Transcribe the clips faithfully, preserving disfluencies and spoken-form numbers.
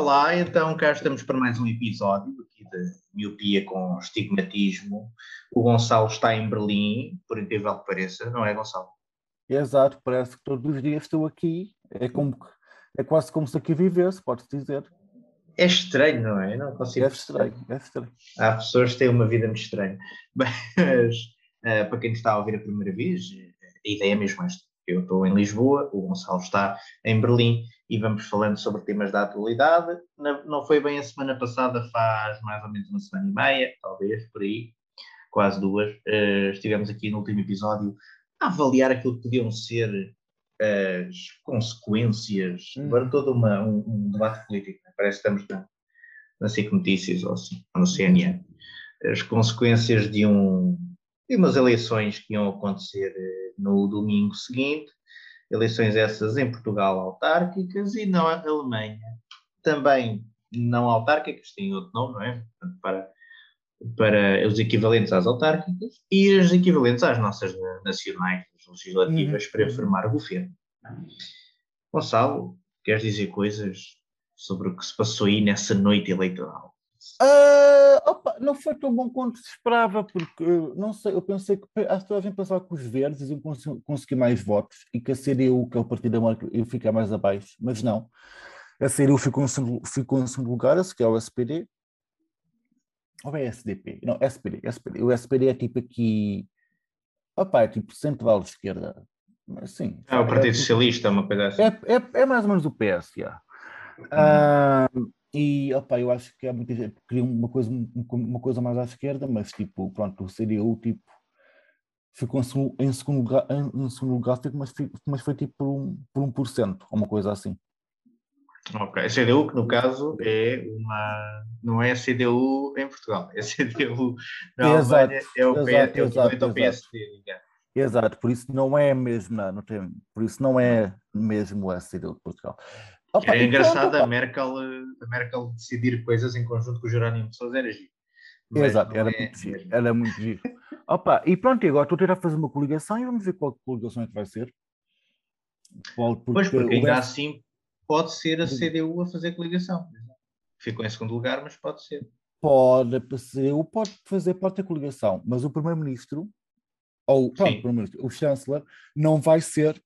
Olá, então cá estamos para mais um episódio aqui de Miopia com Estigmatismo. O Gonçalo está em Berlim, por incrível que pareça, não é, Gonçalo? Exato, parece que todos os dias estou aqui. É, como, é quase como se aqui vivesse, pode-se dizer. É estranho, não é? Não consigo É perceber. estranho, é estranho. Há pessoas que têm uma vida muito estranha. Mas, uh, para quem está a ouvir a primeira vez, a ideia é mesmo esta. Eu estou em Lisboa, o Gonçalo está em Berlim e vamos falando sobre temas da atualidade. Não foi bem a semana passada, faz mais ou menos uma semana e meia, talvez, por aí, quase duas. Uh, estivemos aqui no último episódio a avaliar aquilo que podiam ser as consequências. Uhum. Agora todo uma, um, um debate político, né? Parece que estamos na, na S I C Notícias ou assim, ou no C N N. As consequências de, um, de umas eleições que iam acontecer no domingo seguinte, eleições essas em Portugal autárquicas e na Alemanha também não autárquicas, têm outro nome, não é? Portanto, para, para os equivalentes às autárquicas e as equivalentes às nossas nacionais, legislativas, Uhum. para formar o governo. Gonçalo, queres dizer coisas sobre o que se passou aí nessa noite eleitoral? Uh, opa, não foi tão bom quanto se esperava, porque não sei, eu pensei que acho que toda a gente pensava que os verdes iam conseguir mais votos e que a C D U, que é o partido da marca, ia ficar mais abaixo, mas não. A C D U ficou em segundo, ficou em segundo lugar, que é o S P D. Ou é S D P? Não, S P D, S P D. O S P D é tipo aqui, opa, é tipo central-esquerda. Sim, Ah, o é, Partido é, Socialista, uma coisa assim. é, é, é mais ou menos o P S, já. Uh, e opa, eu acho que há muita gente que queria uma coisa, uma coisa mais à esquerda, mas tipo, pronto, o C D U tipo, ficou em segundo lugar, em segundo lugar mas, mas foi tipo por um, por um por cento, ou uma coisa assim. Ok, a C D U que no caso é uma, não é a C D U em Portugal, é a C D U na Exato, Alemanha, é o, P, exato, é o exato, equivalente ao exato. P S D, digamos. Exato, por isso não é mesmo, não, não tem, por isso não é mesmo a C D U de Portugal. Opa, Era e pronto, engraçado a opa. Merkel, a Merkel decidir coisas em conjunto com o Jerónimo de Sousa, era giro. Mas Exato, não era é muito giro, mesmo. era muito giro. Opa, e pronto, e agora estou a tentar fazer uma coligação e vamos ver qual coligação é que vai ser. Pois, Porque porque o ainda resto. assim pode ser a C D U a fazer coligação. Ficou em segundo lugar, mas pode ser. Pode, o pode fazer, pode ter coligação, mas o primeiro-ministro, ou pronto, o, Sim. primeiro-ministro, o chanceler, não vai ser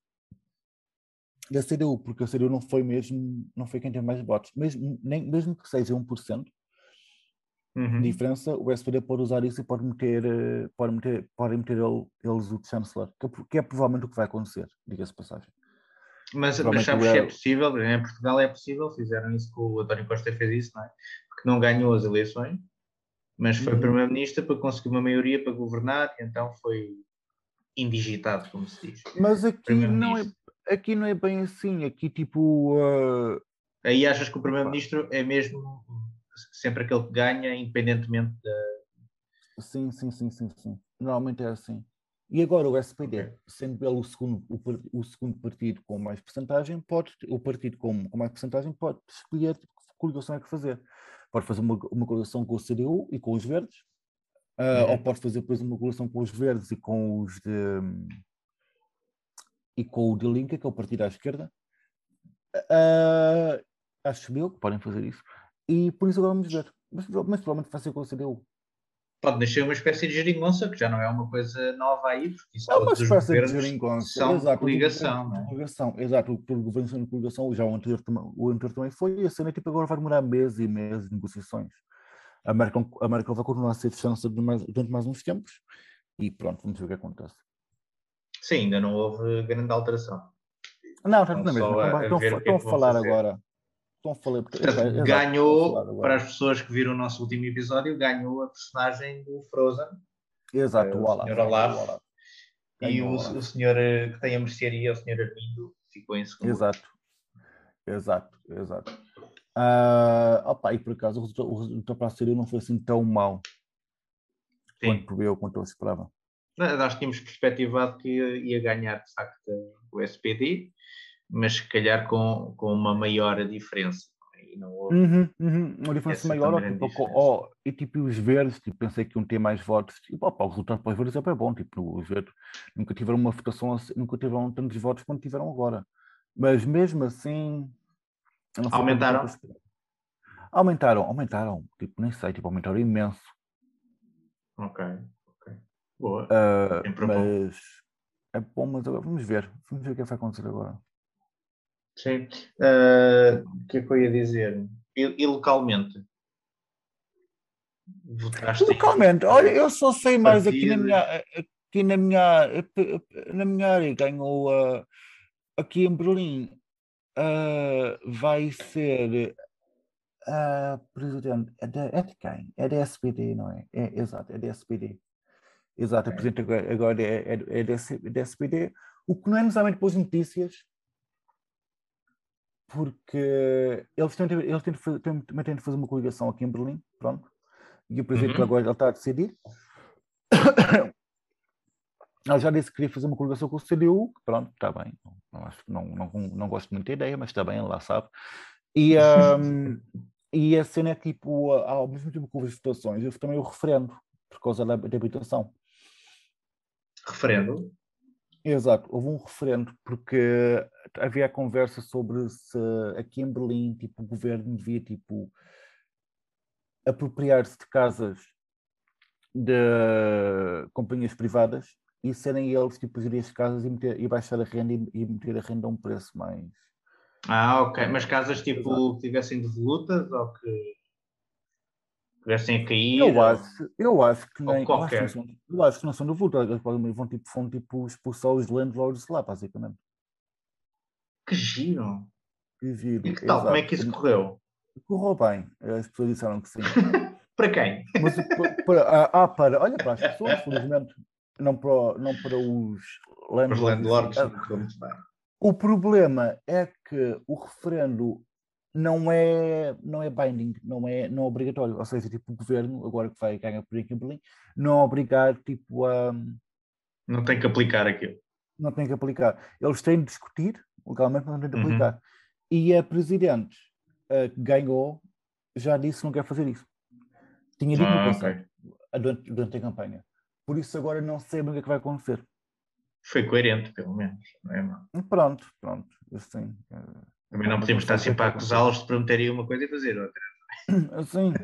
da C D U, porque a C D U não foi mesmo, não foi quem tem mais votos. Mesmo, nem, mesmo que seja um por cento Uhum. de diferença, o S P D pode usar isso e pode meter, eh, pode meter, podem meter ele, eles o chanceler, que é, que é provavelmente o que vai acontecer, diga-se de passagem. Mas, mas Provavelmente o sabes se é El- possível? Em Portugal é possível, fizeram isso com o António Costa fez isso, não é? Porque não ganhou as eleições, mas foi Uhum. primeiro-ministro para conseguir uma maioria para governar, e então foi indigitado, como se diz. Mas aqui não é, Primeiro-ministro. aqui não é bem assim, aqui tipo, uh, Aí achas que o opa, primeiro-ministro é mesmo sempre aquele que ganha, independentemente da. sim, sim, sim, sim, sim. Normalmente é assim. E agora o S P D, Ok. sendo ele o segundo, o, par- o segundo partido com mais percentagem, pode, o partido com, com mais percentagem pode escolher que coligação é que fazer. Pode fazer uma, uma coligação com o C D U e com os verdes, ah, ou Uhum. pode fazer depois uma coligação com os verdes e com os de, e com o de Linca, que é o partido à esquerda. Ah, acho eu que podem fazer isso. E por isso agora vamos ver. Mas, mas provavelmente vai ser com o C D U. Pode nascer uma espécie de geringonça, que já não é uma coisa nova aí, porque isso É uma todos os espécie de governos geringonça, são de exato, de, coligação, de, não de é? coligação, exato, o governo sendo de coligação, já o anterior, também- o anterior também foi, e a cena tipo, agora vai demorar meses e meses de negociações. A Merkel, a Merkel vai continuar a ser chanceler durante mais, durante mais uns tempos, e pronto, vamos ver o que acontece. Sim, ainda não houve grande alteração. Não, está tudo Estão na mesma, só estão, a, a estão, ver o que é estão a que vão falar fazer. agora, estão a falar, Portanto, exato, estão a falar ganhou, para agora. as pessoas que viram o nosso último episódio, ganhou a personagem do Frozen, Exato, uh, o o Olaf, senhor o Olaf, Olaf, e ganhou o, o o Olaf, senhor uh, que tem a mercearia, o senhor Armindo, ficou em segundo lugar. exato, exato, exato. Ah, opa, e por acaso o resultado, o resultado para a série não foi assim tão mau Sim, quanto eu, quanto eu esperava. nós tínhamos perspectivado que ia, ia ganhar, de facto, o S P D, mas se calhar com, com uma maior diferença. E não houve Uhum, uhum. Uma diferença essa tão maior, ó, grande tipo, co- diferença. ó, e tipo os verdes, tipo, pensei que iam ter mais votos, tipo, opa, o resultado para os verdes é bem bom, tipo, os verdes nunca tiveram uma votação assim, nunca tiveram tantos votos quanto tiveram agora, mas mesmo assim não foi tão bom quanto eu Aumentaram? esperava. Aumentaram, aumentaram, tipo, nem sei, tipo, aumentaram imenso. Ok, ok. Boa. Uh, Sempre bom. mas é bom, mas agora vamos ver. Vamos ver o que é que vai acontecer agora. Sim. Uh, o que é que eu ia dizer? E, e localmente? Votaste em Localmente, olha, eu só sei mais aqui na minha, partidos? aqui na minha, na minha área, ganhou uh, aqui em Berlim, uh, vai ser a presidente, é, da, é de quem? É da S P D, não é? É, exato, é da S P D. Exato, a Ok. presidente agora, agora é, é, é da da S P D, o que não é necessariamente boas notícias, porque eles tentam, eles tentam, fazer- também tentam fazer uma coligação aqui em Berlim, pronto, e o presidente Uhum. agora ele está a decidir. Ela já disse que queria fazer uma coligação com o C D U, que pronto, está bem, não, não, acho, não, não, não gosto muito da ideia, mas está bem, ele lá sabe. E, um, e a cena é tipo, ao mesmo tempo que houve as votações, houve também o referendo, por causa da, da habitação. Referendo? Exato, houve um referendo, porque havia a conversa sobre se aqui em Berlim, tipo, o governo devia, tipo, apropriar-se de casas de companhias privadas e serem eles, tipo, gerir as casas e, meter, e baixar a renda e, e meter a renda a um preço mais... Ah, ok. Mas Uh, casas exato. tipo que tivessem devolutas ou que tivessem a cair Eu ou, acho, eu acho que ou nem, eu acho que não qualquer. são, eu acho que não são do vulto, eles podem, vão tipo, vão tipo expulsar os landlords lá, basicamente. Que giro. Que E giro, que tal? Como é exato. que isso correu? Correu bem, as pessoas disseram que sim. Para quem? Mas o- pa- para, ah, ah, para, olha para as pessoas, felizmente, não para, o- não para os Os landlords em si. landlords Ah, não correu muito bem. o problema é que o referendo não é, não é binding, não é, não é obrigatório. Ou seja, tipo, o governo, agora que vai ganhar por aqui em Berlim, não é obrigar, tipo, a Não tem que aplicar aquilo. não tem que aplicar. Eles têm de discutir, legalmente, mas não têm de Uhum. aplicar. E a presidente uh, que ganhou já disse que não quer fazer isso. Tinha dito no Ah, ok. passado, durante, durante a campanha. Por isso agora não sei bem o que é que vai acontecer. Foi coerente, pelo menos. Não é, mal? Pronto, pronto, assim, uh, Também pá, não mas não podemos sei estar o que é que sempre a vai acontecer. acusá-los de prometerem uma coisa e fazer outra. Assim,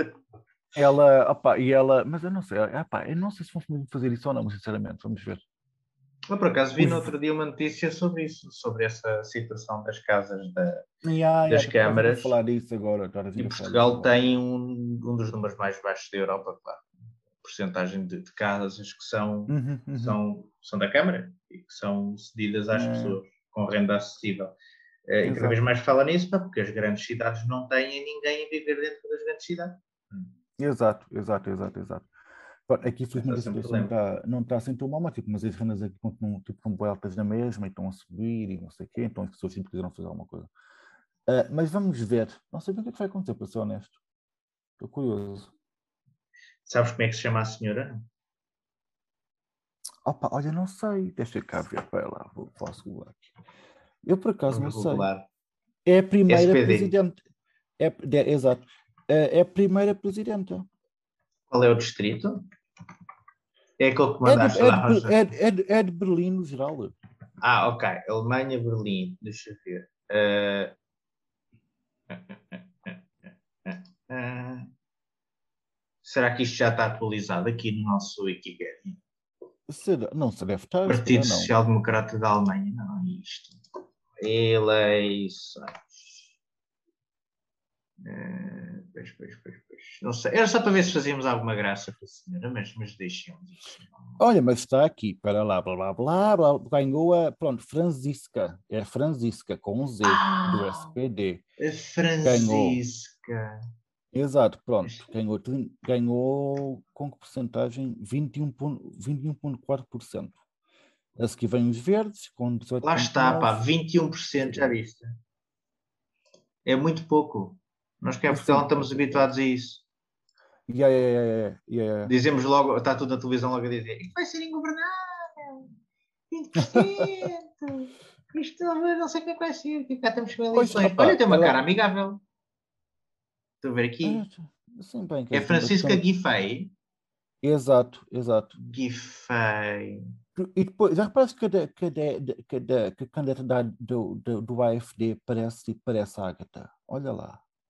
ela, opá, e ela, mas eu não sei, opá, eu não sei se vão mesmo fazer isso ou não, sinceramente, vamos ver. Eu, por acaso, vi Os, no outro dia uma notícia sobre isso, sobre essa situação das casas da- ya, ya, das tu estavas a vir câmaras. falar disso agora, estavas a E vir a falar disso Portugal agora. tem um, um dos números mais baixos da Europa, claro. Porcentagem de, de casas que são, Uhum, uhum. são, são da Câmara e que são cedidas às É, pessoas com renda acessível. Eh, E cada vez exato. mais fala nisso, pá, porque as grandes cidades não têm ninguém a viver dentro das grandes cidades. Hum. Exato, exato, exato, exato. Pronto, aqui, Vai estar infelizmente, a sempre situação não problema. está não tá assim tão mal, mas, tipo, mas as rendas aqui continuam, tipo, estão bem altas na mesma e estão a subir e não sei o quê, então as pessoas sempre quiseram fazer alguma coisa. Ah, mas vamos ver. Não sei bem o que é que vai acontecer, para ser honesto. Estou curioso. Sabes como é que se chama a senhora? Opa, olha, não sei. Deixa eu cá ver. Para lá, vou, posso googlar aqui. Eu, por acaso, Vamos não sei. regular. É a primeira S P D. presidente. É, é, exato. É, é a primeira presidenta. Qual é o distrito? É aquele que É de, mandaste é lá, de, Roger. é de, é de, é de Berlim, no geral. Ah, ok. Alemanha, Berlim. Deixa eu ver. Uh, uh, será que isto já está atualizado aqui no nosso Wikipedia? Será? Não se deve estar, se Partido calhar não. Social Democrata da Alemanha. Não, é isto. Eleições. Uh, pois, pois, pois, pois. Não sei. Era só para ver se fazíamos alguma graça para a senhora, mas, mas deixemos isso. Olha, mas está aqui, para lá, blá, blá, blá, blá, ganhou a, pronto, Francisca, é Francisca, com um Z, do Ah, S P D, a ganhou, Francisca. exato, pronto, ganhou, trin- ganhou com que porcentagem? vinte e um vírgula quatro por cento. A seguir vem os verdes, com Lá está, pá, dezoito vírgula nove por cento, vinte e um por cento, já C D U. viste? É muito pouco. Nós cá em Portugal não Assim, estamos habituados a isso. yeah, yeah, yeah, yeah, yeah. Dizemos logo, está tudo na televisão logo a dizer, isto vai ser ingovernável, vinte por cento, isto não sei como é que vai ser, e cá estamos com Pois, eleições. Olha, opa, tem uma ela, cara amigável. Estou a ver é, aqui. assim, bem, que É estamos, Francisca estamos, Guifei. exato, exato. Guifei. E depois, já reparaste que, a da- que, a da- que, a da- que a candidata da- do, do, do A F D parece, parece a Ágata? Olha lá.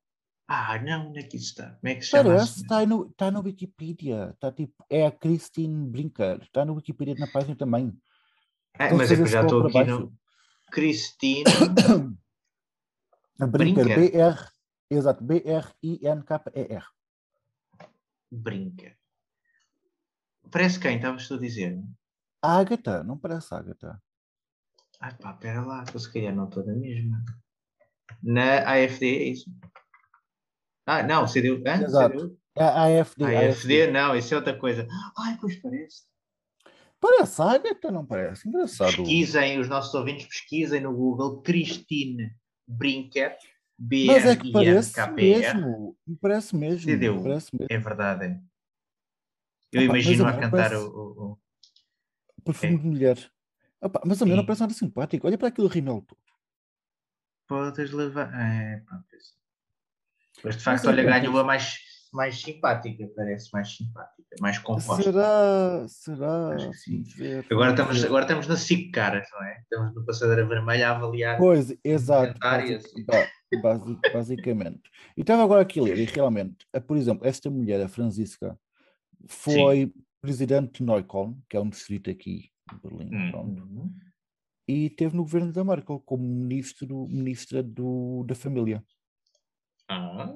Ah, não, onde é que isso está? Como é que se chama a Parece, senhora? está no, tá no Wikipedia. Está tipo, é a Christine Brinker. Está no Wikipedia na página também. Ah, Tens de mas é que fazer eu já scroll estou para aqui baixo. no Christine A Brinker, Brinker. B-R, exato, B R I N K E R. Brinker. Parece quem? Estavas tu a dizer? Ágata, não parece Ágata. Ah, pá, pera lá, que eu se calhar não estou na mesma. Na A F D, é isso? Ah, não, C D U. Hã? Exato. C D U? É a AFD, AFD. A F D, não, isso é outra coisa. Ai, pois parece. Parece Ágata, não parece? Engraçado. Pesquisem, os nossos ouvintes pesquisem no Google Christine Brinker, Mas é que parece B-R-I-N-K-P-E-R, mesmo. Parece mesmo. C D U. Parece mesmo. É verdade. É. Eu Opa, mas a imagino mim a não cantar o. parece o- o- perfume é. de mulher. Opa, mas a mim não parece Sim. nada simpático. Olha para aquele rímel todo. Podes levar. É, pronto, é assim. Mas de Mas facto, aí olha, pronto. ganhou a mais, mais simpática, parece mais simpática, mais composta. Será? Acho Será? que sim. Vamos ver, Agora vamos estamos, ver. agora estamos na SIC Caras, não é? Estamos no Passadeira Vermelha a avaliar Pois, exato, basic, indumentárias. ba- basic, basicamente. E estava agora aqui a ler, e realmente, eh, por exemplo, esta mulher, a Francisca, Sim. foi presidente de Neukölln, que é um distrito aqui de Berlim, pronto, Uhum. e esteve no governo da Merkel como ministro, ministra do, da família. Ah,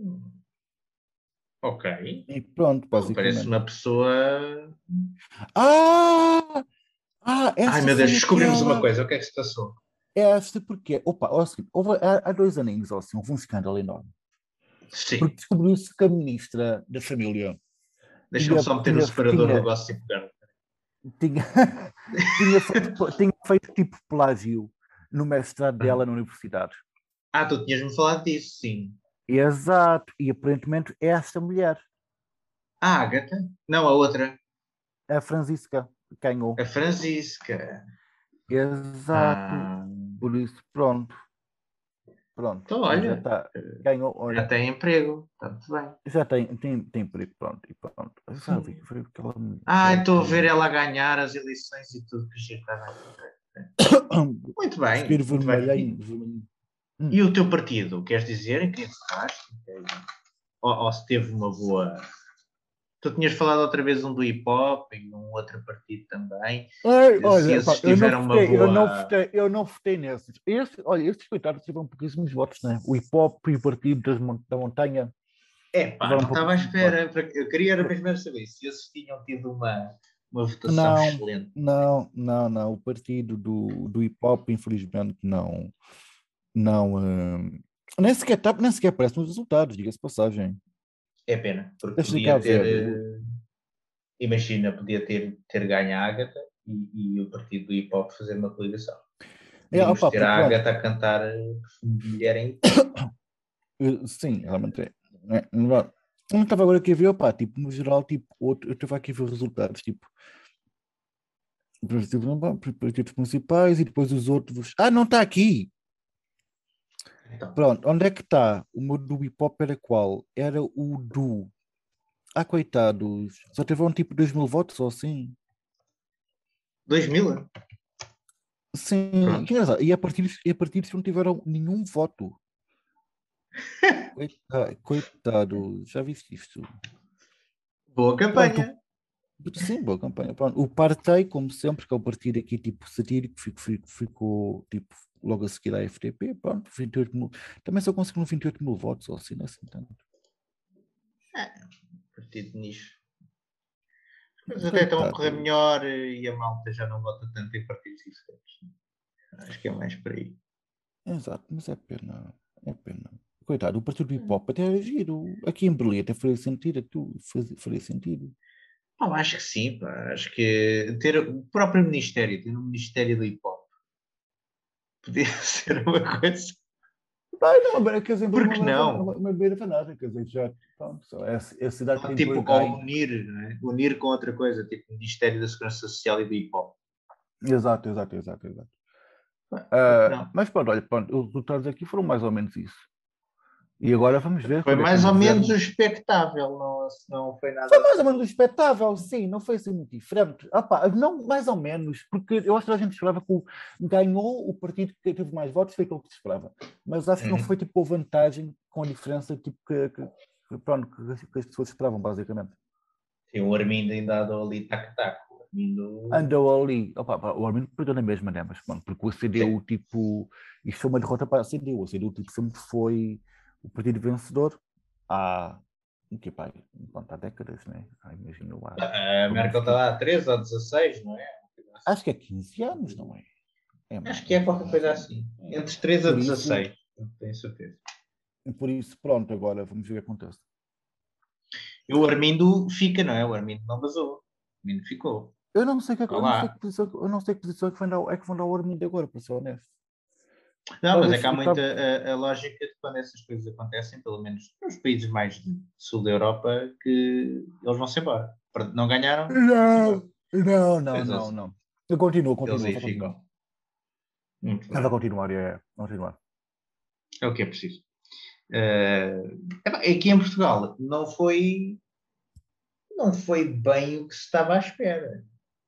ok. E pronto, Bom, parece basicamente. uma pessoa. Ah! Ah, Ai essa meu Deus, foi descobrimos uma aquela. coisa. O que é que se passou? Esta porque, opa, ó, é o seguinte, houve, há, há dois aninhos, ou assim, houve um escândalo enorme. Porque Sim. descobriu-se que a ministra da família Deixa-me tinha, só meter o tinha, separador do tinha, Gossip Girl. tinha, tinha feito, tinha feito tipo plágio no mestrado dela na universidade. Ah, tu tinhas-me falado disso, sim. Exato. E aparentemente é esta mulher, A Agatha? Não, a outra. a Francisca, que A ganhou. Francisca. Exato. Ah, Por isso, pronto, pronto. então Aí já olha, está. Ganhou, já olha. tem emprego. Está muito bem. Já tem, tem, tem emprego, pronto. E pronto. Eu já vi Sim. que foi aquela, Ah, aquela estou a ver que. ela a ganhar as eleições e tudo que giro, está bem. Ok, ok. Muito Vestir bem, muito bem. vermelho, E, vermelho. e Hum. o teu partido? Queres dizer em quem votaste? Ou, ou se teve uma boa. Tu tinhas falado outra vez um do hip hop e um outro partido também. Ai, Se olha, pá, esses eu não tiveram uma votei, eu não boa. votei, eu não votei nesses. Esse, olha, estes coitados tiveram pouquíssimos votos, né? O hip hop e o Partido das Mon- da Montanha É pá, tiveram não estava à pouquíssimos votos. espera. Eu queria era mesmo era saber se esses tinham tido uma, uma votação Não, excelente. não, não, não. O partido do, do hip hop, infelizmente, não, não, hum, nem sequer, tá, nem sequer aparece nos resultados, diga-se de passagem. É pena, porque Deixa cá podia ter. ver. o- eh, Imagina, podia ter, ter ganho a Ágata e, e o partido do hip hop fazer uma coligação. É, Podíamos opa, ter a porque pronto, Ágata a cantar eh, Perfume de Mulher em hip hop. eh, sim, realmente é. É, não dá. Eu estava agora aqui a ver, opá, tipo, no geral, tipo, outro, eu estava aqui a ver os resultados, tipo, partidos municipais e depois os outros. Ah, não está aqui! Então, Pronto, onde é que está? O meu do hip hop era qual? Era o do. Ah, coitados, só teve um tipo dois mil votos ou assim. dois mil? Sim, Pronto. que engraçado. E a partidos, e a partidos que não tiveram nenhum voto. Coita- Coitado, já viste isto? Boa Pronto, campanha. sim, boa campanha. Pronto, o Partei, como sempre, que é o partido aqui tipo satírico, ficou, ficou, ficou, tipo logo a seguir à F D P, pronto, vinte e oito mil. Também só conseguiram vinte e oito mil votos, ou assim, não é assim tanto. Ah, partido de nicho. As coisas até estão a correr Coitados. melhor eh, e a malta já não vota tanto em partidos diferentes. Acho que é mais por aí. Exato, mas é pena, é pena. Coitado, o partido do hip hop até era giro. Aqui em Berlim até faria sentido, tu faz, faria sentido. Não, acho que sim, pá. Acho que ter o próprio Ministério, ter um Ministério do Hip Hop, podia ser uma coisa. Ai, não, mas quer dizer, Berlim Por não que leva nada, não? não beira nada, quer dizer, já, pronto, só é, a é a cidade que Ou, tem tipo, por ou ganho. unir, não é? Unir com outra coisa, tipo Ministério da Segurança Social e do Hip Hop. Exato, exato, exato, exato. Pá, por que Ah, não? mas pronto, olha, pronto, os resultados aqui foram mais ou menos isso. E agora vamos ver. Foi quando é que mais ou eles menos fizeram. expectável, não, não foi Foi nada. mais ou menos expectável, sim, não foi assim muito diferente. Opa, não, mais ou menos, porque eu acho que a gente esperava que o, ganhou o partido que teve mais votos, foi aquilo que se esperava. Mas acho que não foi Uhum. tipo com vantagem, com a diferença tipo, que, que, que, pronto, que, que as pessoas esperavam, basicamente. Sim, o Armindo ainda andou ali tac-tac. O Armindo. Andou ali, opa, pá, o Armindo perdeu na mesma, né? Mas pronto, porque o C D U, Sim. tipo, isto foi uma derrota para o C D U. O C D U tipo, sempre foi o partido vencedor há, o que, pá, pronto, há décadas, né? Ah, imagino lá, A pelo menos Merkel está quinze. lá há treze ou dezasseis, não é? Acho que é quinze anos, não é? É Acho mais, que é é qualquer mais coisa anos. assim. Entre treze a Por isso, dezasseis, não tenho certeza. por isso, pronto, agora vamos ver o que acontece. E o Armindo fica, não é? O Armindo não vazou. O Armindo ficou. Eu não sei que, Está eu não sei que lá. posição, eu não sei que posição é que, vão dar, é que vão dar o Armindo agora, para ser honesto. Não, mas é Talvez, que há muita tal- a, a lógica de quando essas coisas acontecem, pelo menos nos países mais do sul da Europa, que eles vão-se embora. Não ganharam, vão-se embora. Não, não, não, Pois não, eles, não. Eu continuo, eles continuo, aí só continuar. ficam. Muito Eu vou bem. continuar, é, é, continuar. É o que é preciso. Uh, aqui em Portugal não foi, não foi bem o que se estava à espera.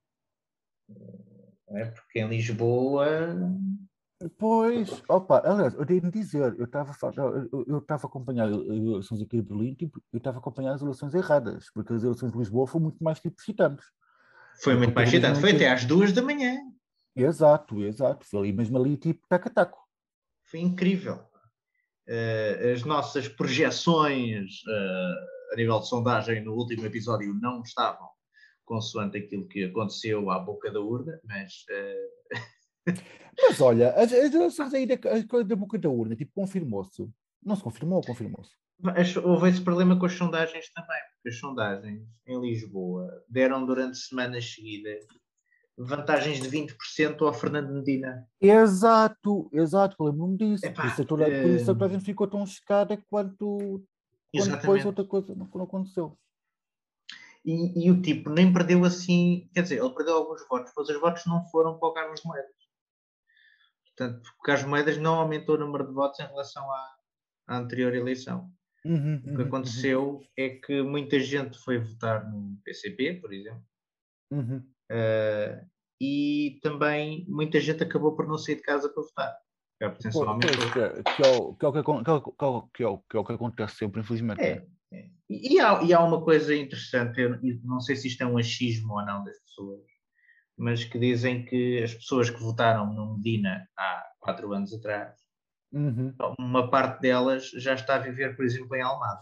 Não é? Porque em Lisboa. Pois, opa, aliás, eu devo dizer, eu estava eu, eu estava a acompanhar as eleições aqui de Berlim, tipo, eu estava a acompanhar as eleições erradas, porque as eleições de Lisboa foram muito mais tipo excitantes. Foi E muito como mais teve mesmo excitante. ali, Foi até teve... às duas da manhã. Exato, exato, foi ali mesmo ali tipo taca-taco. Foi incrível. Uh, as nossas projeções uh, a nível de sondagem no último episódio não estavam consoante aquilo que aconteceu à boca da urna, mas uh... Mas olha, as, as eleições aí da, da boca da urna, tipo, confirmou-se. Não se confirmou ou confirmou-se? houve esse problema com as sondagens também, porque as sondagens em Lisboa deram durante semanas seguidas vantagens de vinte por cento ao Fernando Medina. Exato, exato, lembro-me disso. Por isso, é Epá, que toda, por isso é que toda a uh... gente ficou tão chocada quanto, quando depois exatamente. outra coisa não, não aconteceu. E, e o tipo nem perdeu assim, quer dizer, ele perdeu alguns votos, mas os votos não foram para o Carlos Moedas. Portanto, o Carlos Moedas não aumentou o número de votos em relação à, à anterior eleição. Uhum, O que uhum, uhum, aconteceu é que muita gente foi votar no P C P, por exemplo, uhum. uh, e também muita gente acabou por não sair de casa para votar. A abstenção Pois, pois, aumentou. que, é, que, é o, que, é o que, acon- que, é o, que, é o, que, é o, que é o que acontece sempre, infelizmente, né? É, é. E, e, há, e há uma coisa interessante, eu não sei se isto é um achismo ou não das pessoas, mas que dizem que as pessoas que votaram no Medina há quatro anos atrás, Uhum. uma parte delas já está a viver, por exemplo, em Almada.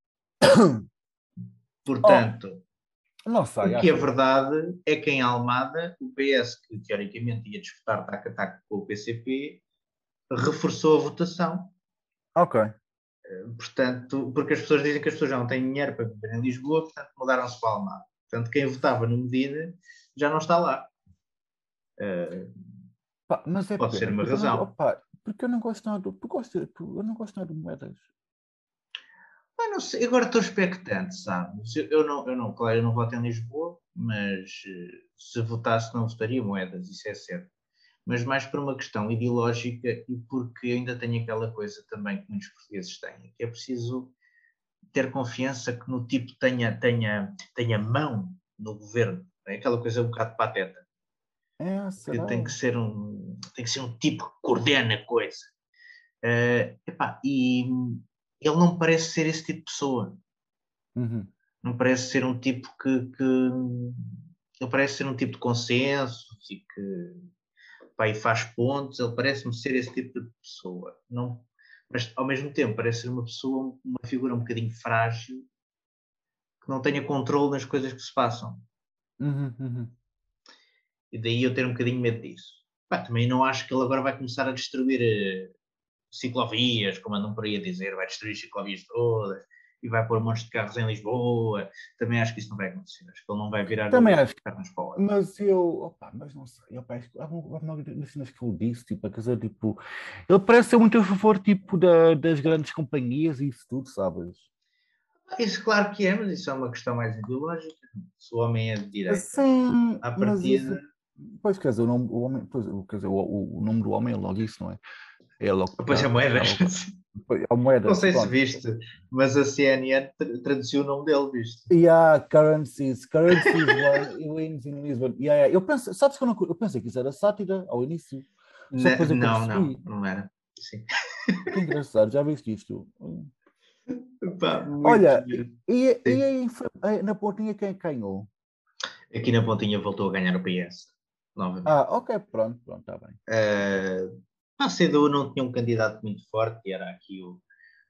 Oh, Portanto, não o sei, que é achas? verdade é que em Almada o P S, que teoricamente ia disputar tac-a-tac com o P C P, reforçou a votação. Ok. Portanto, porque as pessoas dizem que as pessoas já não têm dinheiro para viver em Lisboa, portanto mudaram-se para Almada. Portanto, quem votava no Medina já não está lá. Uh, Pá, mas é pode ser pena, uma porque eu não, razão. opa, porque eu não gosto nada do, porque eu gosto, eu não gosto nada de moedas. Ah, não sei, agora estou expectante, sabes? Eu, eu, não, eu, não, claro, eu não voto em Lisboa, mas uh, se votasse não votaria moedas, isso é certo. Mas mais por uma questão ideológica e porque eu ainda tenho aquela coisa também que muitos portugueses têm, que é preciso ter confiança que no tipo tenha, tenha, tenha mão no governo. É aquela coisa um bocado pateta. É, Que será? tem que ser um, tem que ser um tipo que coordena a coisa. Uh, epá, e ele não parece ser esse tipo de pessoa. Uhum. Não parece ser um tipo que, que ele parece ser um tipo de consenso e que pá, e faz pontos, ele parece-me ser esse tipo de pessoa. Não, mas ao mesmo tempo parece ser uma pessoa, uma figura um bocadinho frágil, que não tenha controle nas coisas que se passam. Uhum, uhum. E daí eu ter um bocadinho medo disso. Pá, também não acho que ele agora vai começar a destruir uh, ciclovias, como andam por aí a dizer, vai destruir ciclovias todas e vai pôr montes de carros em Lisboa. Também acho que isso não vai acontecer. Acho que ele não vai virar Também o acho que, pernas para o ar. mas eu, opa, mas não sei, opa, acho que há algumas cenas que ele disse, tipo, a dizer, tipo, ele parece ser muito a favor, tipo, da, das grandes companhias e isso tudo, sabes? Isso claro que é, mas isso é uma questão mais ideológica. Se o homem é de direita, Sim, à mas partida, isso. Pois, quer dizer, o nome, o homem, pois, quer dizer, o, o, o nome do homem é logo isso, não é? É logo que Depois é está, moedas. está logo, pois, é Não moedas, sei se pronto. viste, mas a C N N tra- traduziu o nome dele, viste? E há currencies, currencies win- wins in Lisbon. Yeah, yeah. Eu penso, sabes que eu, não, eu pensei que isso era sátira ao início, só Na- depois é que eu não, não, percebi. não era. Sim. Que engraçado, já viste isto? Pá, muito Olha, giro. e, e Sim. aí foi- na pontinha quem ganhou? Aqui na pontinha voltou a ganhar o P S, novamente. Ah, ok, pronto, pronto, está bem. Uh, a C D U não tinha um candidato muito forte, e era aqui o,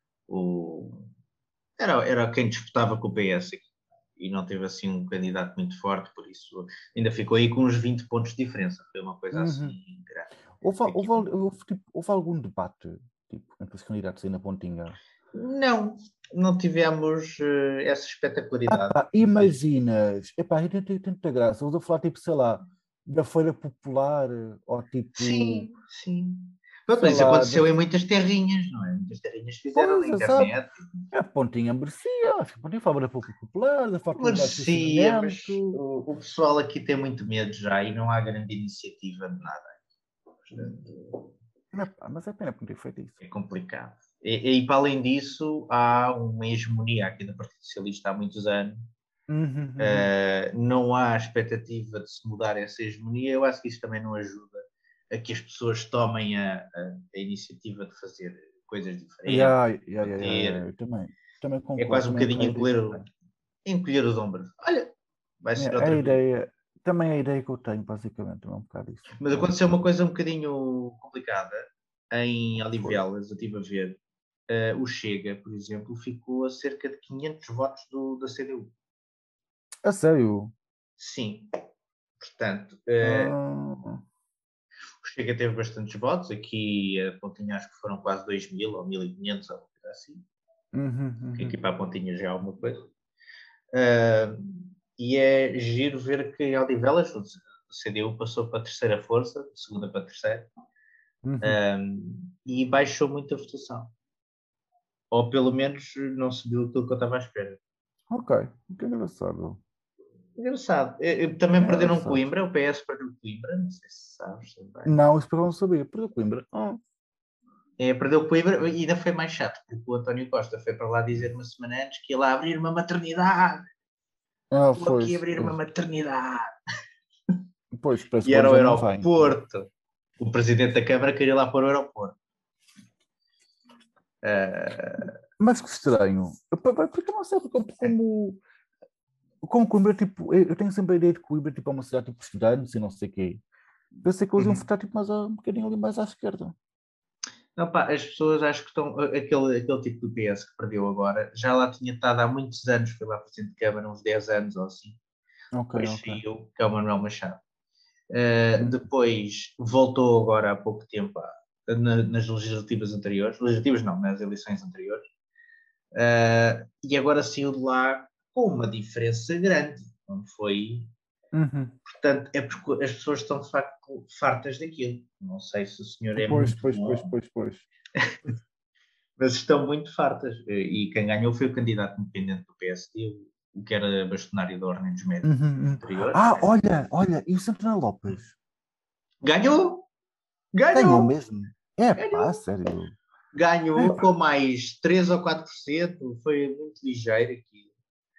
o era, era quem disputava com o P S aqui, e não teve assim um candidato muito forte, por isso ainda ficou aí com uns vinte pontos de diferença. Foi uma coisa assim Uhum. grande. Houve, Aqui, houve, houve, tipo, houve algum debate tipo, entre os candidatos aí na pontinha? não, não tivemos uh, essa Ah, espetacularidade. pá, imaginas, epá, tem, tem tanta graça. Eles a falar, tipo, sei lá, da Feira Popular, ou tipo, Sim, sim. Pronto, sei mas isso lá, da... aconteceu em muitas terrinhas, não é? Muitas terrinhas fizeram Pois, na exato. internet. A pontinha merecia, acho que a pontinha falava da Feira Popular, da faculdade de Merecia, mas estacionamento. o, o pessoal aqui tem muito medo já e não há grande iniciativa de nada. Portanto, Não, pá, mas é pena por ter feito isso. é complicado. E, e para além disso, há uma hegemonia aqui do Partido Socialista há muitos anos. Uhum, uhum. Uh, não há expectativa de se mudar essa hegemonia. Eu acho que isso também não ajuda a que as pessoas tomem a, a, a iniciativa de fazer coisas diferentes, Yeah, de yeah, yeah, yeah, yeah, bater. eu também, também É concordo, quase um também é um bocadinho bocado a ideia encolher, que eu o- tenho. encolher os ombros. Olha, vai ser Yeah, é a outra vez. ideia, também é a ideia que eu tenho, basicamente, também é um bocado isso. Mas Yeah. aconteceu uma coisa um bocadinho complicada em Foi. Odivelas, eu estive a ver. Uh, o Chega, por exemplo, ficou a cerca de quinhentos votos do, da C D U. A sério? Sim, portanto, uh, Ah, o Chega teve bastantes votos. Aqui a Pontinha acho que foram quase dois mil ou mil e quinhentos, ou coisa assim. uhum, Que aqui uhum. para a Pontinha já é alguma coisa. Uh, e é giro ver que em Odivelas o C D U passou para a terceira força, segunda para a terceira, Uhum. um, e baixou muito a votação. Ou pelo menos não subiu aquilo que eu estava à espera. Ok, que engraçado. Engraçado. Eu, eu, também É perderam engraçado. Coimbra, o P S perdeu Coimbra, não sei se sabes também. Não, isso para eu não sabia. Porque Coimbra. Ah, É, perdeu Coimbra e ainda foi mais chato, porque o António Costa foi para lá dizer uma semana antes que ia lá abrir uma maternidade. ah, Vou aqui pois, abrir uma pois. maternidade. Pois, parece E que agora era o já não vai, então. aeroporto. O presidente da Câmara queria lá pôr o aeroporto. Uh, Mas que estranho. Eu, pa- pa- porque eu não sei, porque como, como Coimbra, tipo, eu eu tenho sempre a ideia de Coimbra, tipo, é uma cidade tipo estudantes e não sei o quê. Pensei que eles iam uhum. votar tipo, mais a, um bocadinho ali mais à esquerda. Não, pá, as pessoas acho que estão. Aquele, aquele tipo do P S que perdeu agora já lá tinha estado há muitos anos, foi lá presidente de Câmara, uns dez anos ou assim. Ok, Depois ok. saiu, que é o Manuel Machado. Uh, Hum. depois voltou agora há pouco tempo, na, nas legislativas anteriores, legislativas não, nas eleições anteriores, uh, e agora saiu de lá com uma diferença grande, não foi? Uhum. Portanto, é porque as pessoas estão de facto fartas daquilo. Não sei se o senhor é Pois, muito pois, pois, bom, pois, pois. mas estão muito fartas. E quem ganhou foi o candidato independente do P S D, o que era bastonário da Ordem dos Médicos Uhum, uhum. anteriores. Ah, olha, olha, e o Santana Lopes? Ganhou! Ganhou Ganhou! mesmo? É pá, Ganhou! sério. É Ganhou com pá. mais três ou quatro por cento, foi muito ligeiro aqui.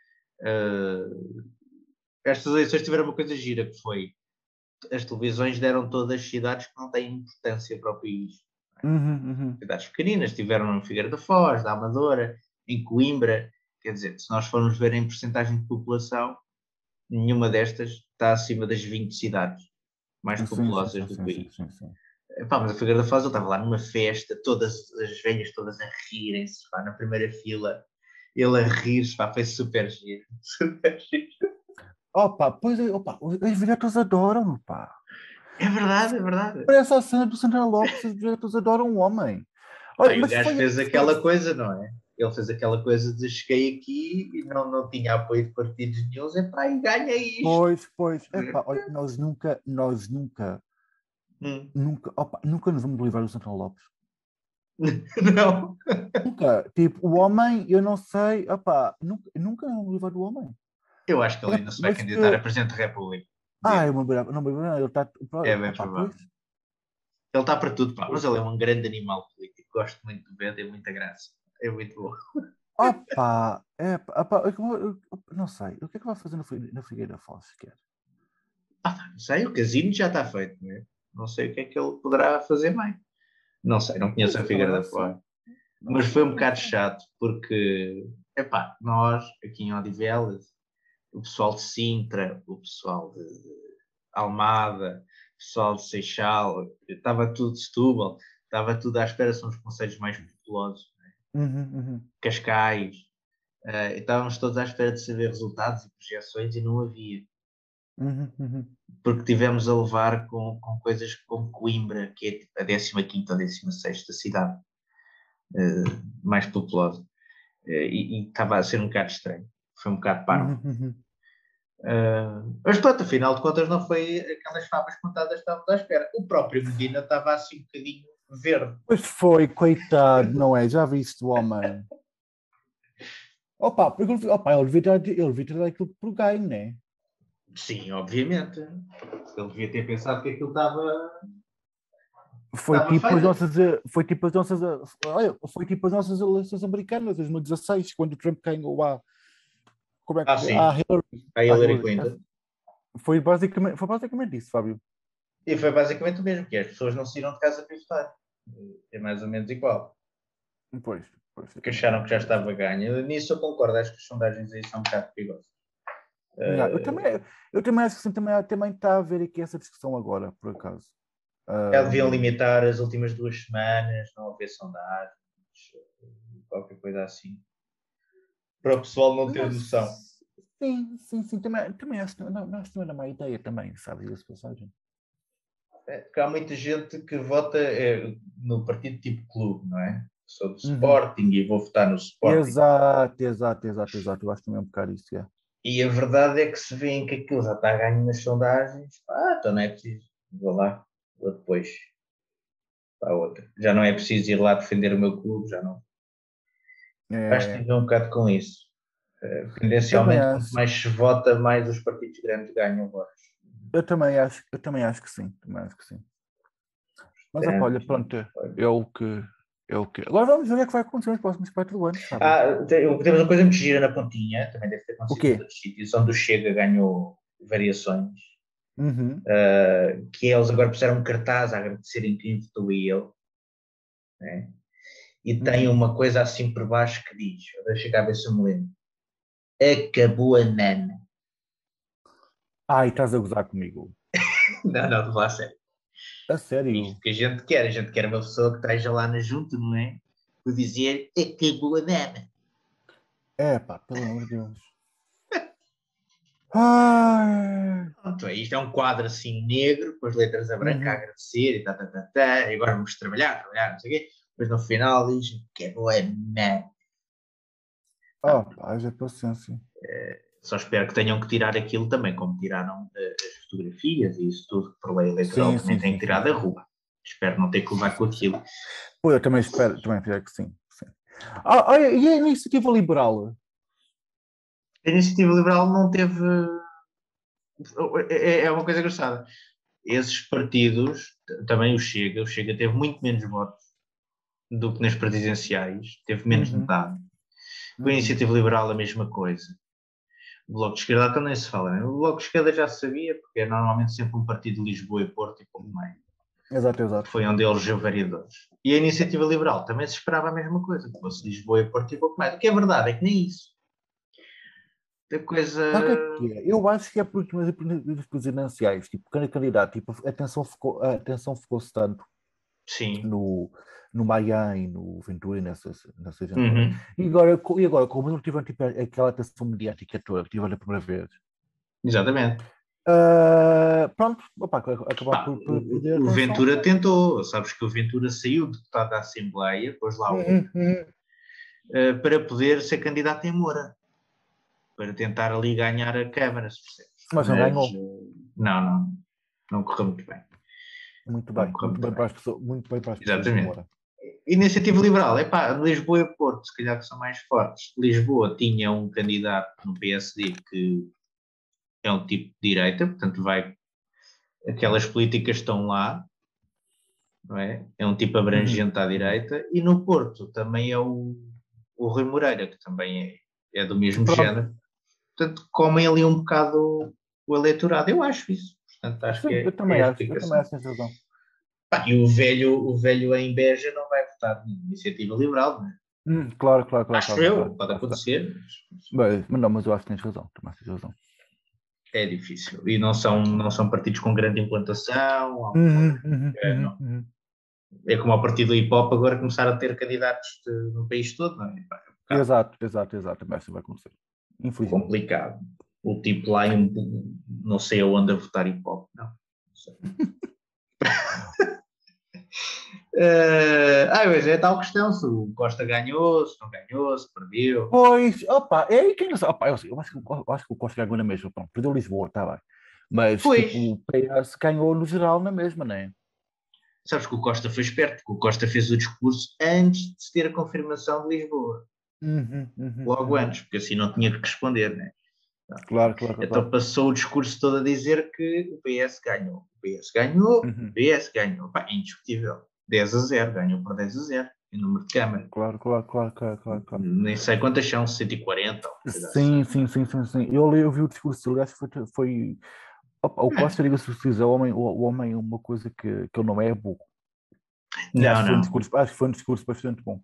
Uh, estas eleições tiveram uma coisa gira, que foi as televisões deram todas as cidades que não têm importância para o país. Uhum, uhum. Cidades pequeninas, tiveram em Figueira da Foz, da Amadora, em Coimbra. Quer dizer, se nós formos ver em porcentagem de população, nenhuma destas está acima das vinte cidades mais Sim, sim, populosas sim, do sim, sim, país. sim, sim. Epá, mas a Figueira da Foz, eu estava lá numa festa, todas as velhas todas a rirem-se, pá, na primeira fila, ele a rir-se, pá, foi super giro, super giro. Opa, pois é, opa, os os velhotes adoram, pá. É verdade, é verdade. Parece a cena do Santana Lopes, os velhotes adoram o homem. Pá, Olha, e o mas gajo foi aí fez que aquela fez. coisa, não é? Ele fez aquela coisa de cheguei aqui e não, não tinha apoio de partidos nenhums, é pá, e ganha isto. Pois, pois. Epá, olha, nós nunca, nós nunca, Hum. nunca, opa, nunca nos vamos livrar do Santana Lopes. Não. Nunca. Tipo, o homem, eu não sei, opa, nunca, nunca nos vamos livrar do homem. Eu acho que ele É, ainda se vai mas candidatar a que Presidente da República. Ah, eu não me lembro, não me lembro, ele está. É bem Opa, provável. pois. Ele está para tudo, pá. Mas ele é um grande animal político. Gosto muito de ver, tem muita graça. É muito bom. Opa, é, pá, opa, eu- eu- eu- não sei, o que é que vai fazer na Fi- na Figueira Foz, sequer? Ah, não sei, o casino já está feito, não é? Não sei o que é que ele poderá fazer mais. Não sei, não conheço Pois, a eu também Figueira não da sei, Foz. não Mas sei, foi um não bocado sei. chato, porque, epá, nós, aqui em Odivelas, o pessoal de Sintra, o pessoal de Almada, o pessoal de Seixal, estava tudo de Setúbal, estava tudo à espera, são os conselhos mais populosos, Uhum, uhum, Cascais, eh, estávamos todos à espera de saber resultados e projeções e não havia, uhum, uhum. porque tivemos a levar com, com coisas como Coimbra, que é tipo a décima quinta ou décima sexta cidade eh, mais populosa, eh, e, e estava a ser um bocado estranho, foi um bocado parvo. Uhum, uhum. Uh, mas pronto, afinal de contas não foi aquelas favas contadas que estávamos à espera. O próprio Medina estava assim um bocadinho verde. Pois foi, coitado, não é? Já viste o homem? Opa, porque, ele- opa, ele devia ter, ele devia ter dado aquilo por ganho, né? Sim, obviamente. Ele devia ter pensado que aquilo estava, Foi estava tipo as feito. nossas, eh, foi tipo as nossas, eh, olha, foi tipo as nossas eleições americanas, dois mil e dezasseis, quando o Trump ganhou a, como é Ah, que, a sim, Hillary, a a Hillary Hillary. Clinton. Foi basicamente, foi basicamente isso, Fábio. E foi basicamente o mesmo, que as pessoas não saíram de casa para votar. É mais ou menos igual. Pois, pois, eu Que também, acharam que já também acho. estava ganho. Nisso eu concordo, acho que as sondagens aí são um bocado perigosas. Não, eu Uh, também, eu também acho que sim, também, também está a haver aqui essa discussão agora, por acaso. já deviam Ahm, limitar as últimas duas semanas, não haver sondagens, qualquer coisa assim. Para o pessoal não ter não, noção. sim, sim, sim, também, também acho, que- não, não, acho que não era má ideia também, sabe, essa passagem. É, porque há muita gente que vota é, no partido tipo clube, não é? Sou do Uhum. Sporting e vou votar no Sporting. Exato, exato, exato, exato. Eu acho também um bocado isso, é. E a verdade é que se vêem que aquilo já está a ganho nas sondagens, ah, então não é preciso. Vou lá, vou depois para a outra. Já não é preciso ir lá defender o meu clube, já não. Acho que tem É, a ver um bocado com isso. Eh, também tendencialmente, quanto acho, mais se vota, mais os partidos grandes ganham votos. eu também acho, eu também acho que sim, também acho que sim. Mas opa, olha, Portanto, pronto, é o que, é o que. Agora vamos ver o que é que vai acontecer nos próximos quatro anos, sabe? ah, tem- temos uma coisa muito gira na pontinha, também deve ter O acontecido nos quê? outros sítios, onde o Chega ganhou variações, Uhum. uh, que eles agora puseram um cartaz a agradecerem quem votou e ele, né? E tem Uhum. uma coisa assim por baixo que diz, deixa cá ver se eu me lembro, acabou a nana. Ai, estás a gozar comigo. Não, não, estou a falar sério. A Isto sério? que a gente quer, a gente quer uma pessoa que esteja lá na junta, não é? Por dizer, acabou a nana. É pá, pelo amor de Deus. Ai. Pronto, é, isto é um quadro assim negro, com as letras a branco, a Uhum. agradecer e tá, tá, tá, tá, e agora vamos trabalhar, trabalhar, não sei o quê. Depois no final diz que é boa, né? Oh, pá, haja paciência. Só espero que tenham que tirar aquilo também, como tiraram uh, as fotografias e isso tudo, que por lei eleitoral Sim, também sim, tem sim, que sim, tirar da sim. rua. Espero não ter que Sim, levar com sim, sim. aquilo. Pô, eu também espero, também espero que sim. Sim. Ah, olha, e a iniciativa liberal? A iniciativa liberal não teve. É, é uma coisa engraçada. Esses partidos, também o Chega, o Chega teve muito menos votos do que nas presidenciais, teve menos de Uhum, metade. Com a uhum. iniciativa liberal, a mesma coisa. O Bloco de Esquerda também se fala, né? O Bloco de Esquerda já se sabia, porque é normalmente sempre um partido de Lisboa e Porto e pouco mais. Exato, exato. Foi onde ele elegeu vereadores. E a iniciativa liberal também se esperava a mesma coisa, que fosse Lisboa e Porto e pouco mais. O que é verdade é que nem isso. A coisa. Sabe o que é que é? Eu acho que é porque nas presidenciais, tipo, cada candidato, tipo, a atenção ficou, a atenção ficou-se tanto Sim. no, no Maia e no Ventura e nessa, nessa gente toda. Uhum. E agora, co- e agora como não tiveram tipo, aquela atenção mediática toda que tiveram a primeira vez, Exatamente. ah, pronto, opa, acabar Pá, por, por perder a o, o atenção. Ventura tentou. Sabes que o Ventura saiu deputado da Assembleia, pôs lá Uhum, outra, uhum. eh, para poder ser candidato em Moura. Para tentar ali ganhar a Câmara, se percebes. Mas não Mas ganhou. eh, não, não, não correu muito bem. Muito Não bem, correu muito muito bem para bem. as pessoas, muito bem para as pessoas de Exatamente. Moura. Iniciativa Liberal, é pá, Lisboa e Porto, se calhar que são mais fortes. Lisboa tinha um candidato no P S D que é um tipo de direita, portanto vai, aquelas políticas estão lá, não é? É um tipo abrangente à direita, e no Porto também é o, o Rui Moreira, que também é, é do mesmo Pronto. género, portanto comem ali um bocado o eleitorado, eu acho isso, portanto acho que Sim, eu é, é também a acho, eu também explicação. acho que tens razão. Pá, e o velho, o velho em Beja não vai votar na iniciativa liberal, não é? Hum, claro, claro, claro, Acho claro, eu, claro. pode Lá está. acontecer, mas Mas, mas não, mas eu acho que tens razão, também tens razão. é difícil. E não são, não são partidos com grande implantação, Uhum, uhum, é, uhum, não. uhum. É como ao partido do hip hop agora começar a ter candidatos de- no país todo, não é? É um bocado Exato, exato, exato, também acho que vai acontecer. Infelizmente. complicado. O tipo lá em não sei aonde a votar hip hop, não. Não sei. Uh, ah, mas é tal questão, se o Costa ganhou, se não ganhou, se perdeu. Pois, opa, é aí quem não sabe. Opa, eu, eu acho que, o- eu acho que o Costa ganhou na mesma. Pronto, perdeu Lisboa, está bem. Mas, Pois, tipo, o P S ganhou no geral na mesma, não é? sabes que o Costa foi esperto, porque o Costa fez o discurso antes de se ter a confirmação de Lisboa, Uhum, uhum, logo uhum. antes, porque assim não tinha que responder, né? Claro, claro, Então claro. passou o discurso todo a dizer que o P S ganhou. O P S ganhou, o Uhum. P S ganhou. Pá, indiscutível. dez a zero, ganhou por dez a zero em número de câmara. Claro, claro, claro, claro, claro, claro. Nem sei quantas são, cento e quarenta ou coisa assim. Sim, sim, sim, sim, sim. Eu, li- eu vi o discurso dele, acho que foi, foi... Opa, o Costa, diga-se o que quiser, o homem, o, o homem é uma coisa que, que ele não é, é burro. E acho Não, que foi um não. discurso, acho que foi um discurso bastante bom.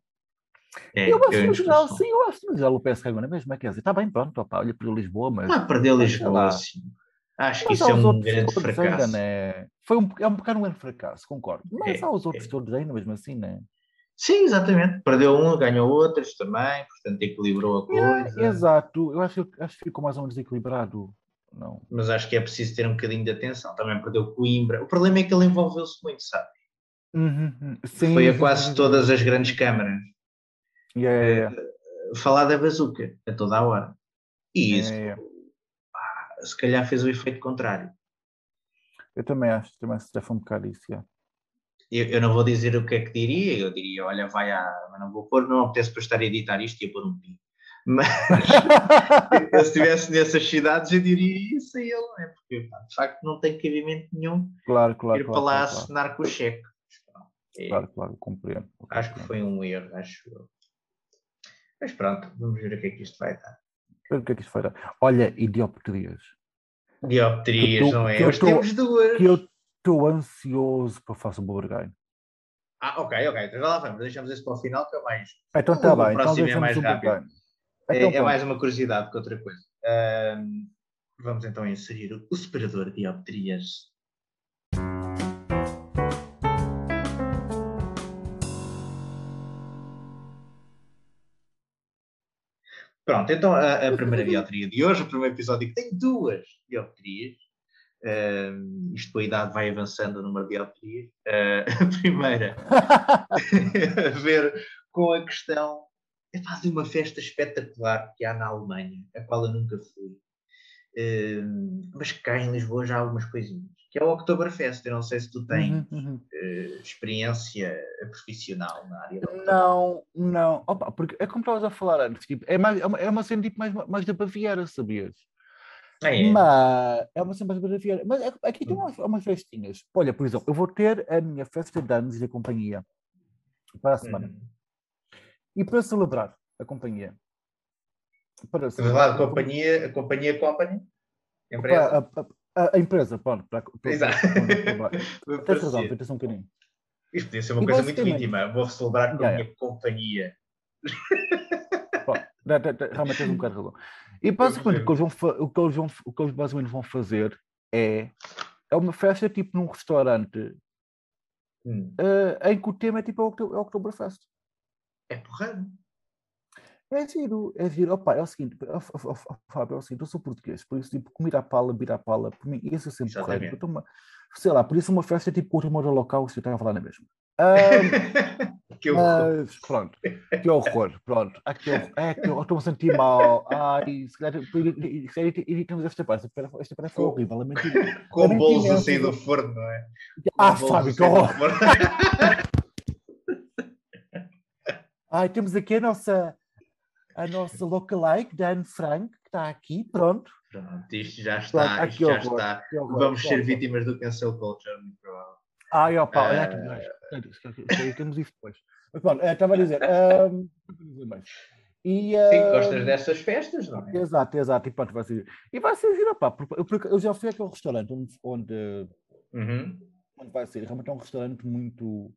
Eu É, acho é que um no geral, discurso sim, bom. eu acho que no geral o P S ganhou na mesma, quer dizer, está bem, pronto, opa, olha para Lisboa, mas, Ah, perdeu mas sei Lisboa, lá. sim. Acho que Mas isso há é os um outros grande todos ainda, fracasso. né? Foi um, é um bocado um grande fracasso, concordo. Mas há É, os outros é. todos ainda, mesmo assim, né? Sim, exatamente. Perdeu um, ganhou outros também, portanto equilibrou a Yeah, coisa. exato, eu acho, que- acho que ficou mais ou menos equilibrado. Não. Mas acho que é preciso ter um bocadinho de atenção. Também perdeu Coimbra. O problema é que ele envolveu-se muito, sabe? Uhum, uhum. Foi Sim, a sim, sim, quase sim, sim, todas as sim, grandes sim, sim. câmaras Yeah, yeah, uh, yeah. falar da bazuca a toda a hora. E Yeah, isso, yeah, yeah. se calhar, fez o efeito contrário. Eu também acho, também se foi um bocado isso, yeah. Eu, eu não vou dizer o que é que diria, eu diria, olha, vai à. Mas não vou pôr, não apetece para estar a editar isto e a pôr um pi. Mas eu, se estivesse nessas cidades, eu diria isso a ele, não é? Porque, pá, de facto, não tem cabimento nenhum Claro, claro, ir para claro, lá claro, claro, assinar com o cheque. É, claro, claro, eu compreendo, eu acho que compreendo. foi um erro, acho eu. Mas pronto, vamos ver o que é que isto vai dar. Mas o que é que isto foi dar? Olha, e dioptrias, que eu Dioptrias, estou, não que é? eu Hoje temos estou, duas. que eu estou ansioso para fazer o Borgai. Ah, ok, ok. Então já lá vamos. Deixamos isso para o final, que é mais. Então está O, o bem, então próximo é deixamos mais o rápido. Borgai. Então É, é mais pronto. uma curiosidade que outra coisa. Ahm, vamos então inserir o, o separador de dioptrias. Pronto, então a, a primeira dioptria de hoje, o primeiro episódio que tem duas dioptrias. Um, isto com a idade vai avançando o número de dioptrias. Uh, a primeira, a ver com a questão é fazer uma festa espetacular que há na Alemanha, a qual eu nunca fui. Uh, mas que cá em Lisboa já há algumas coisinhas, que é o Oktoberfest. Eu não sei se tu tens Uhum, uhum. uh, experiência profissional na área do Oktoberfest. Não, não. Opa, porque é como estavas a falar antes, tipo, é, mais, é, uma, é uma cena tipo mais, mais da Baviera, sabias? Ah, é? Mas é uma cena mais da Baviera. Mas é- aqui tem Hum, umas, umas festinhas. Olha, por exemplo, eu vou ter a minha festa de anos da companhia para a semana. hum. E para celebrar a companhia, para Estás a falar celebrar, de eu vou, companhia, a companhia Company, para empresa? a, a, a empresa, pronto, para, para, para, Exato. para onde eu trabalho. Vai Tens razão, parecer. tens um bocadinho. Isto podia ser uma E coisa muito basicamente, íntima. Vou celebrar com a yeah, yeah. minha companhia. Pronto, te- te- te- realmente tens um bocado de razão. E basicamente o que Percebo. eles vão, fa- o que eles vão, o que eles basicamente vão fazer é, é uma festa tipo num restaurante Hum. eh, em que o tema é tipo o Okto- é o Oktoberfest. É porrada. É giro, é giro. Opa, é o seguinte, ó, ó, ó, ó, Fábio, é o seguinte, eu sou português, por isso, tipo, comida à pala, bira à pala, por mim, isso é sempre porreiro. Eu Exatamente. tô uma- sei lá, por isso uma festa é tipo com o humor holocausto, eu estava a falar na mesma. Ahm, Que horror. mas, pronto, que horror, pronto. Ah, que horror, é que eu estou-me a sentir mal. Ai, se calhar, se calhar irritamos esta parte, esta parte foi Com, horrível, lamento, im- com lamento bolos a imenso. sair do forno, não é? Com Ah, bolos a Fábio, que sair do horror! forno. Ai, temos aqui a nossa, a nossa lookalike, da Anne Frank, que está aqui, pronto. Pronto, isto já está, Pronto, isto já horror, está. horror, Vamos ser horror. vítimas do cancel culture, muito provável. Ai, opa, olha aqui, uh... temos isso depois. Mas pronto, estava a dizer, um... e, uh... sim, gostas dessas festas, não é? Exato, exato, e pronto, vai ser, e vai ser giro, pá, porque eu já fui àquele restaurante onde, onde, uhum. onde vai ser, realmente é um restaurante muito,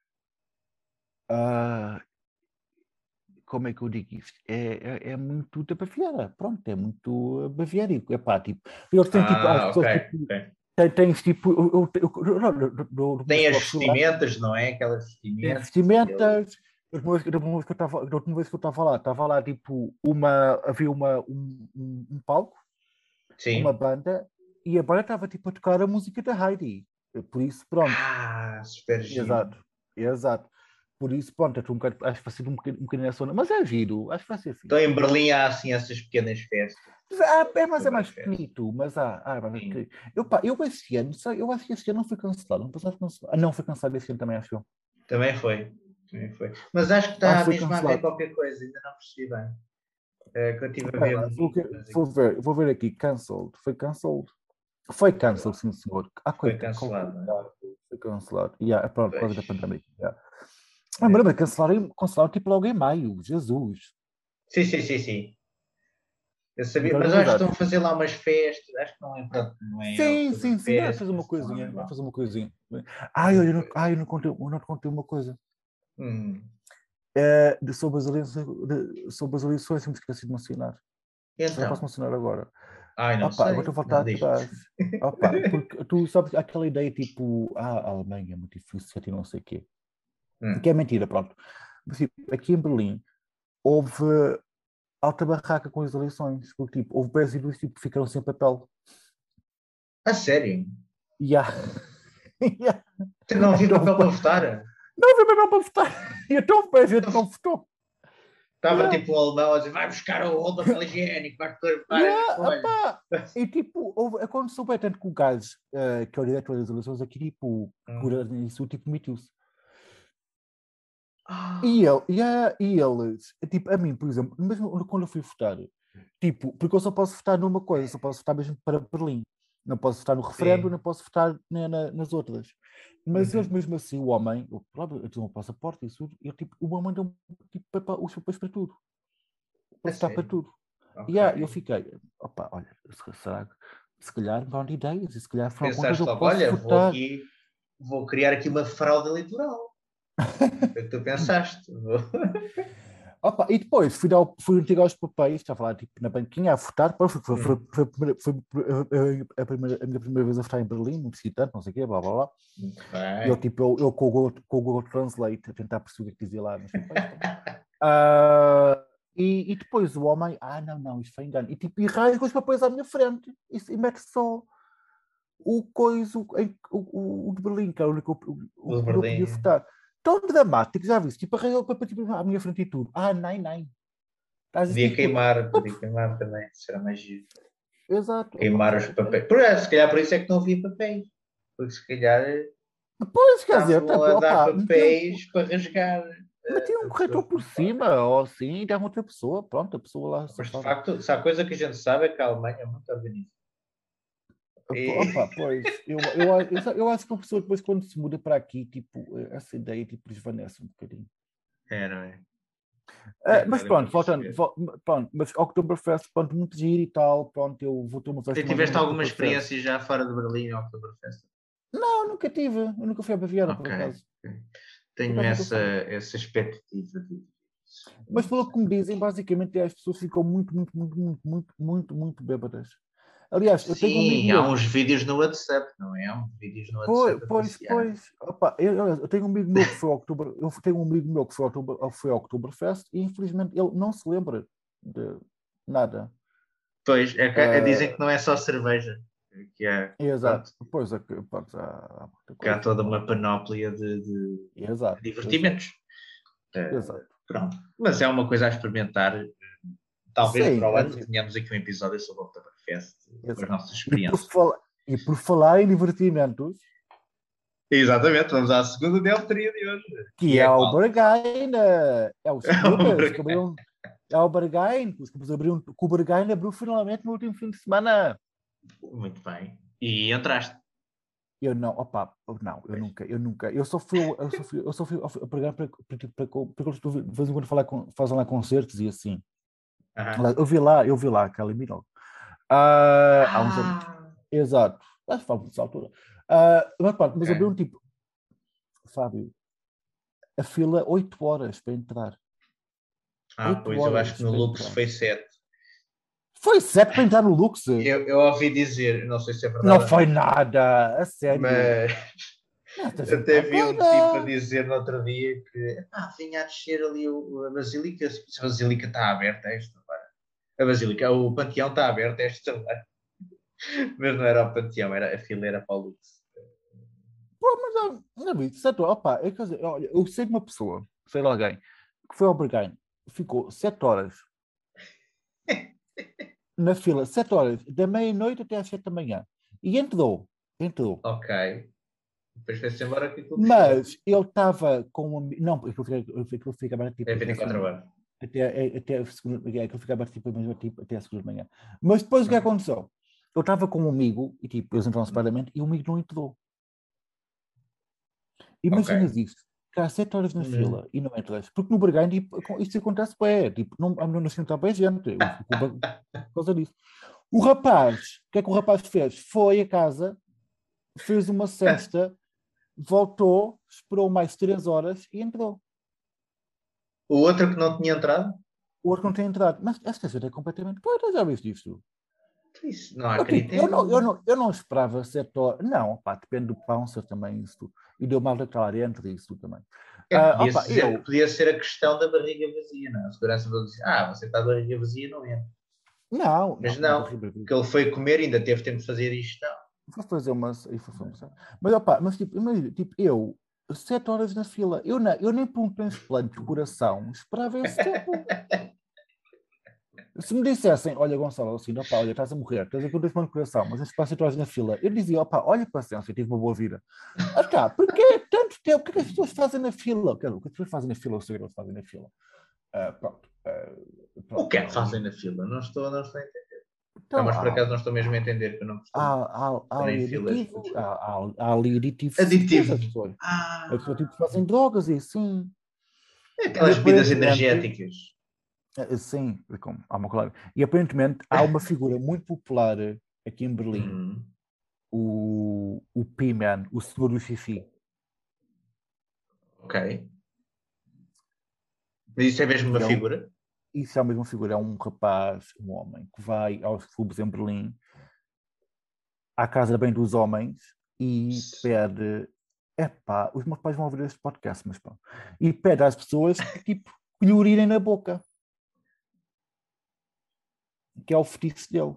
uh... como é que eu digo isto? É, é, é muito da Baviera, pronto, é muito baviérico, é pá, tipo, eles têm tipo, as Ah, pessoas ok, tipo, ok. têm, têm tipo, eu, eu, eu, não, do, do, Tem as do, fui lá, vestimentas, não é? Aquelas tem vestimentas. vestimentas, a última vez que- da última vez que eu estava da última vez que eu estava lá, estava lá tipo, uma, havia uma, um, um, um palco, uma Sim. banda, e a banda estava tipo a tocar a música da Heidi, por isso, pronto. Ah, super giro. Exato, exato. Por isso, pronto, eu um bocado- acho que vai ser um bocadinho, um bocadinho nessa onda, mas é giro, acho que vai ser fixe. Então em Berlim há assim essas pequenas festas. Ah, é, mas é Super mais festa. pequenito, mas há. Ah, mas Sim. que- eu, pá, eu esse ano, sei, eu acho que esse ano não foi cancelado. Não, passado cancelado. Ah, não, foi cancelado esse ano também, acho eu. Também foi. Também foi. Mas acho que Acho está que foi mesmo a haver cancelado. qualquer coisa, ainda não percebi bem. É, que eu estive a Espera ver lá, no vou, vídeo, ver- mas vou ver, vou ver aqui, cancelled. Foi cancelled. Foi cancelled, sim, senhor. Ah, foi coitado. cancelado, não é? Foi cancelado. Yeah, por por causa da Pois. pandemia. Yeah. Ah, mas lembra, cancelaram, cancelaram tipo logo em maio. Jesus. Sim, sim, sim, sim. Eu sabia, Então, mas eu acho que novidades. estão a fazer lá umas festas, acho que não é para não é Sim, sim, sim. Vai fazer Oktoberfest, uma não coisinha. é Vai lá. fazer uma coisinha. Ai, olha, eu não, ai, eu não contei, eu não te contei uma coisa. Hum. É, de, sobre, as eleições, de, sobre as eleições, me esqueci de mencionar. Se não posso Então, mencionar agora. ai, não Opa, agora sei, estou a voltar não diz. atrás. Opa, porque tu sabes aquela ideia tipo, ah, a Alemanha é muito difícil e não sei o quê. Hum. Que é mentira, pronto. Mas, tipo, aqui em Berlim houve alta barraca com as eleições. Porque, tipo, houve brasileiros tipo, que ficaram sem papel. A sério? E há. Yeah. Não havia Então, papel para votar? não havia papel para votar. E então a gente não votou. Estava Yeah. tipo um alemão a dizer, vai buscar o papel higiênico, vai votar Yeah, as folhas. opá. E tipo, houve, aconteceu bem tanto com o gajo, uh, que é o diretor das eleições aqui, tipo, Hum. isso, tipo, demitiu-se. Ah, E, ele, e, a, e eles, tipo, a mim, por exemplo, mesmo quando eu fui votar, tipo, porque eu só posso votar numa coisa, só posso votar mesmo para Berlim. Não posso votar no referendo, não sim. posso votar na, na, nas outras. Mas eles, Uhum. mesmo assim, o homem, eu, próprio, eu tinha um passaporte e isso, eu, tipo, o homem deu tipo, para, os papéis para tudo. Para A votar para sério? tudo. E Ok. ah, eu fiquei, opa, olha, será que se calhar vão de ideias, e se calhar, afinal de contas, Pensaste eu logo, posso olha, vou votar. aqui, vou criar aqui uma fraude eleitoral. Foi o que tu pensaste. Vou... Opa, e depois fui, dar, fui entregar os papéis, estava lá tipo, na banquinha a votar. Foi, foi, foi, Hum. foi, a, primeira, foi a, primeira, a minha primeira vez a votar em Berlim, muito visitante, não sei o quê, blá blá blá. Muito E eu, bem. tipo, eu, eu com, o Google, com o Google Translate a tentar perceber o que dizia lá nos papéis. uh, e, e depois o homem, ah, não, não, isto foi engano. E tipo, e rasga os papéis à minha frente e, e mete só o coisa, o, o, o de Berlim, que era o único o, o, O o que eu podia Berlim votar. Tão dramático, já viste? Tipo, arranjou o papel tipo, à minha frente e tudo. Ah, nem, nem. Estás a podia tipo, queimar, podia queimar também. Será mais giro. exato. Opa, Queimar os papéis. Por, se calhar por isso é que não havia papéis. Porque se calhar depois, quer dizer, estavam tipo, a dar opa, metiam, papéis para rasgar metiam um a corretor pessoa que por não pode. cima, ou assim, e dava outra pessoa. Pronto, a pessoa lá Mas de safava. facto, se há coisa que a gente sabe é que a Alemanha é muito organizada. E... Opa, pois, eu, eu, eu, eu acho que a pessoa depois, quando se muda para aqui, tipo, essa ideia, tipo, desvanece um bocadinho. É, não é? Uh, É, mas dá para pronto, voltando, perceber. vol, pronto, mas Oktoberfest, pronto, muito giro e tal, pronto, eu vou ter uma E festa mais uma tiveste no alguma Oktoberfest. experiência já fora de Berlim ao Oktoberfest? Não, nunca tive, eu nunca fui a Baviera, por Ok. acaso. Ok. Por Tenho acaso nunca essa, fui. essa expectativa de Mas pelo que me dizem, basicamente as pessoas ficam muito, muito, muito, muito, muito, muito, muito bêbadas. Aliás, eu tenho um amigo Sim, há meu, uns vídeos no WhatsApp, não é? Há uns vídeos no pois, WhatsApp a pois, passear. pois, opa, eu, eu tenho um amigo meu que foi ao Oktober, eu tenho um amigo meu que foi ao Oktober, foi ao Oktoberfest e infelizmente ele não se lembra de nada. Pois, é que, é- dizem que Uh, não é só cerveja, que é, exato, pronto, depois é que, pronto, há, há muita que há coisa. toda Pronto. uma panóplia de, de- de Exato, exato, divertimentos. Eh, exato. pronto. Mas é uma coisa a experimentar. Talvez Sim, para o é ano giro. tenhamos aqui um episódio sobre o Oktoberfest, com as Exato. nossas E por experiências. falar, e por falar em divertimentos, Exatamente, vamos à segunda dioptria de hoje. que E é é o qual? Bergaina, é os É o Cubas, que Berghain. abriram, É o Berghain, que os abriu, que o Berghain abriu finalmente no último fim de semana. Muito bem. E entraste. Eu não, opa, não, eu nunca, eu nunca, eu só fui, eu só fui, eu só fui a pregar para, para, para, porque eles de vez em quando falar com, fazem lá concertos e assim. Aham. Eu vi lá, eu vi lá a Kylie Minogue. Ah, há uns anos. Ah, Exato. Acho que foi nessa altura. Ah, mas, pá, mas abriu um ok. tipo, Fábio, a fila oito horas para entrar. Ah, Oito pois eu acho que horas no para Lux entrar. foi sete. Foi sete para entrar no Lux? Eu, eu ouvi dizer, não sei se é Não verdade ou foi não, nada, a sério. mas Não, esta gente até está vi um tipo a doida. dizer no outro dia que ah, vinha a descer ali o, a Basílica, se a Basílica está aberta a esta hora. A Basílica, o Panteão está aberto a esta hora. Mas não era o Panteão, era a fila era para o Lux. Pô, mas não, não vi, certo, opa, é que, olha, eu sei de uma pessoa, sei de alguém, que foi ao Berghain, ficou sete horas na fila, sete horas, da meia-noite até às sete da manhã. E entrou, entrou. Ok. Depois foi-se embora que aquilo fechou. Mas ele estava com um ami- não, aquilo fica, aquilo fica aberto É tipo até vinte a e quatro segunda, horas. até, até a segunda, é, aquilo fica aberto tipo, mesmo, tipo, até a segunda de manhã. Mas depois o que Uhum. aconteceu? Eu estava com um amigo, e tipo, eles entraram separadamente, e o amigo não entrou. Ok. Imaginas isto, ficar sete horas na Uhum. fila e não entras, porque no Berghain tipo, isto acontece bem, tipo, não, a menina assim está bem gente, eu fico por causa disso. O rapaz, o que é que o rapaz fez? Foi a casa, fez uma cesta, voltou, esperou mais três horas e entrou. O outro que não tinha entrado? O outro não tem entrado. Mas esta gente é completamente. Pô, já viste isto? Isso, não há Eu, tipo, eu, não, eu, critério. não, eu não esperava sete horas. Não, pá, depende do bouncer também, isso. E deu mal daquela dentro, isso também. É, Ah, podia opa, dizer que eu. podia ser a questão da barriga vazia, não é? A segurança vai dizer, ah, você está de barriga vazia, não entra. Não, Mas não, não não, barriga. que ele foi comer, ainda teve tempo de fazer isto. Vou fazer umas. E foi uma mas, opa, mas tipo, imagina, tipo, eu, sete horas na fila, eu, não, eu nem por um transplante de coração esperava esse tempo. Se me dissessem, olha, Gonçalo, assim, opa, olha, estás a morrer, estás a com dois mãos no coração, mas as passas atrás na fila, eu dizia, opa, olha, paciência, eu tive uma boa vida. Ah, tá, porquê tanto tempo? O que é que as pessoas fazem na fila? Quer dizer, o que as pessoas fazem na fila, eu sei o que elas fazem na fila. Ah, pronto, ah, O pronto, que é que fazem ali. na fila? Não estou, não estou a entender. Não, Então, mas por há, acaso não estou mesmo a entender, que eu não costumo há, há, há estar ali em filas para aditivo, há, descer. há, há ali aditivo, certeza, Aditivo. as pessoas. As pessoas Ah, tipo, fazem drogas e assim. é E aquelas bebidas aparentemente, energéticas. ah, sim, como, há uma colega. E aparentemente há uma figura muito popular aqui em Berlim, Uhum. o, o P-Man, o senhor do xixi. Ok. Mas isso é mesmo uma Que é o, figura? isso é a mesma figura, é um rapaz, um homem, que vai aos clubes em Berlim, à casa bem dos homens, e pede, epá, os meus pais vão ouvir este podcast, mas pá, e pede às pessoas que, tipo, que lhe urinem na boca, que é o fetiche dele.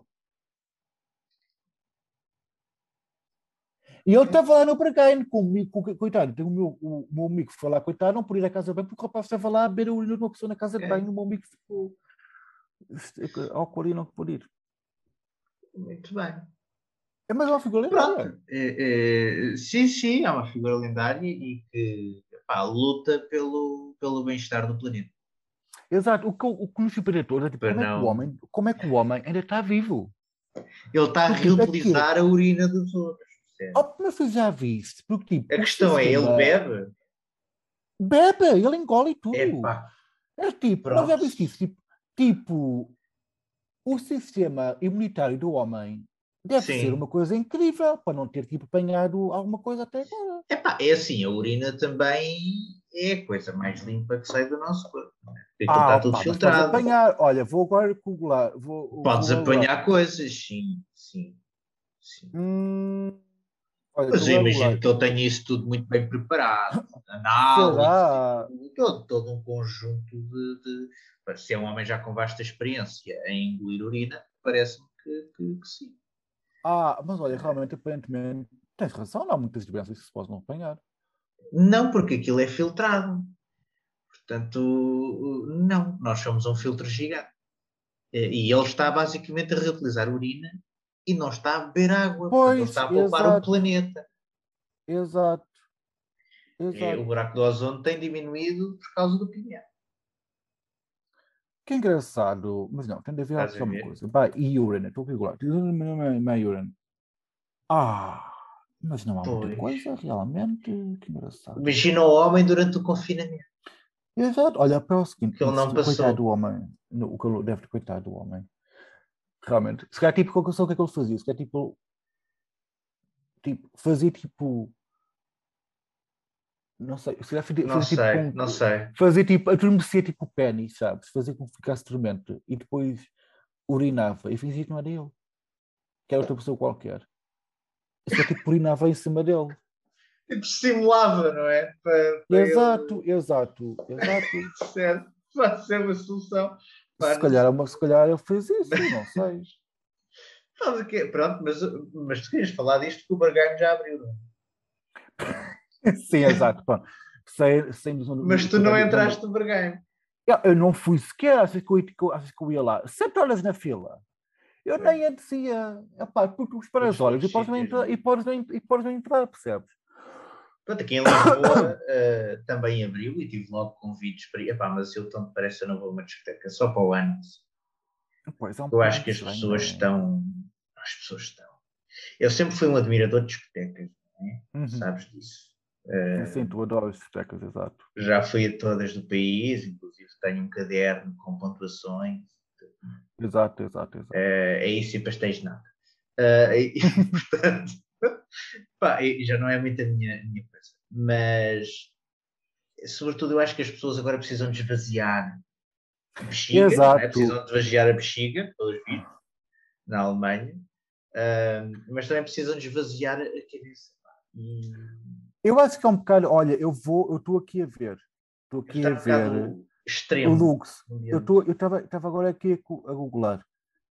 E ele estava lá no Berghain, comigo, com, coitado, tem o meu, o, o meu amigo foi lá, coitado, não por ir à casa de banho, porque o rapaz estava lá a beber a urina de uma pessoa na casa de banho, Ok. e o meu amigo ficou ao cor e não por ir. Muito bem. É mais uma figura lendária. Pronto. É, é, sim, sim, é uma figura lendária e que pá, luta pelo, pelo bem-estar do planeta. Exato, o que, eu- o que nos surpreende a todos é tipo, Para como é que o não. homem, como é que o homem ainda está vivo? Ele está a Porque tipo, aquilo, reutilizar a urina dos outros. Percebe? oh, mas eu já vi isso, porque A tipo, o questão é, ele sistema bebe? bebe, ele engole tudo. Epá, É tipo, mas já pronto. viste isso? Tipo, tipo, o sistema imunitário do homem deve ser uma Sim. coisa incrível para não ter tipo apanhado alguma coisa até agora. Epá, é assim, a urina também é a coisa mais limpa que sai do nosso corpo. Não é? Porque aquilo Ah, está tudo opa, mas podes filtrado. apanhar. Olha, vou agora googlar, vou, Podes vou agora. apanhar coisas, sim, sim, sim. Hum, olha, Mas estou eu a imagino googlar. que ele tenha isso tudo muito bem preparado, análise, e Será? tudo, todo, todo um conjunto de, de. Para ser um homem já com vasta experiência em engolir urina, parece-me que, que, que sim. Ah, mas olha, realmente, aparentemente, tens razão, não há muitas doenças que se possam apanhar. Não, porque aquilo é filtrado. Portanto, não, nós somos um filtro gigante. E ele está basicamente a reutilizar urina e não está a beber água. Portanto, ele Pois, está a poupar o exato, planeta. exato, O exato. buraco do ozono tem diminuído por causa do pimenta. que é engraçado, mas não, tem de haver Estás a alguma ver? coisa. Pá, e Urano, estou a regular. Urano. Ah, mas não há muita Pois. coisa, realmente. Que engraçado. Imagina o homem durante o confinamento, Exato. Olha, para o seguinte, que ele não isso, coitado do passou. homem. No, o que ele deve ter, coitado do homem. Realmente. Se calhar, tipo, qual que eu sei o que é que ele fazia? Se calhar, tipo, tipo, fazia tipo. Não sei, se calhar fazia, Não fazia tipo sei, com. não sei. Fazia tipo, adormecia tipo o pênis, sabes? Fazia com que ficasse dormente. E depois urinava. E fingia que não era ele. Que era outra pessoa qualquer. Se calhar, tipo, urinava em cima dele. Tipo, simulava, não é? Para, para Exato, ele. exato, exato. Certo, pode ser uma solução. Pá, Se não calhar, é sei. uma, se calhar ele fez isso, não sei. Sabes o quê? Pronto, mas, mas tu querias falar disto que o Barganho já abriu, não é? Sim, exato. Pronto. Sem, sem noção do, Mas do, tu do, não do, entraste no Barganho. eu, eu não fui sequer, achas que eu, que eu, achas que eu ia lá? Sete horas na fila. Eu nem a descia. Epá, porque tu esperas Outros, horas outros e podes não sítios, não entrar, é? e podes não, e podes não entrar, percebes? Pronto, aqui em Lisboa uh, também abriu e tive logo convites para ir. Epá, mas eu tanto parece que eu não vou a uma discoteca, só para o ano. Pois é um Eu bocado acho que as estranho, pessoas não é? estão. As pessoas estão. Eu sempre fui um admirador de discotecas, não é? Uhum. Sabes disso. Sim, Uh, tu adoras discotecas, exato. já fui a todas do país, inclusive tenho um caderno com pontuações. Exato, exato, exato. Uh, é isso e pastéis de nata. Uh, e, portanto, pá, e já não é muito a minha, a minha coisa. Mas, sobretudo, eu acho que as pessoas agora precisam de esvaziar a bexiga, não é? Exato. Precisam de esvaziar a bexiga, pelos vistos, na Alemanha. Uh, mas também precisam de esvaziar a cabeça. E Eu acho que é um bocado, olha, eu vou, eu estou aqui a ver, estou aqui está a um ver bocado o extremo. Lux. Eu estou, eu estava estava agora aqui a, cu- a googlar.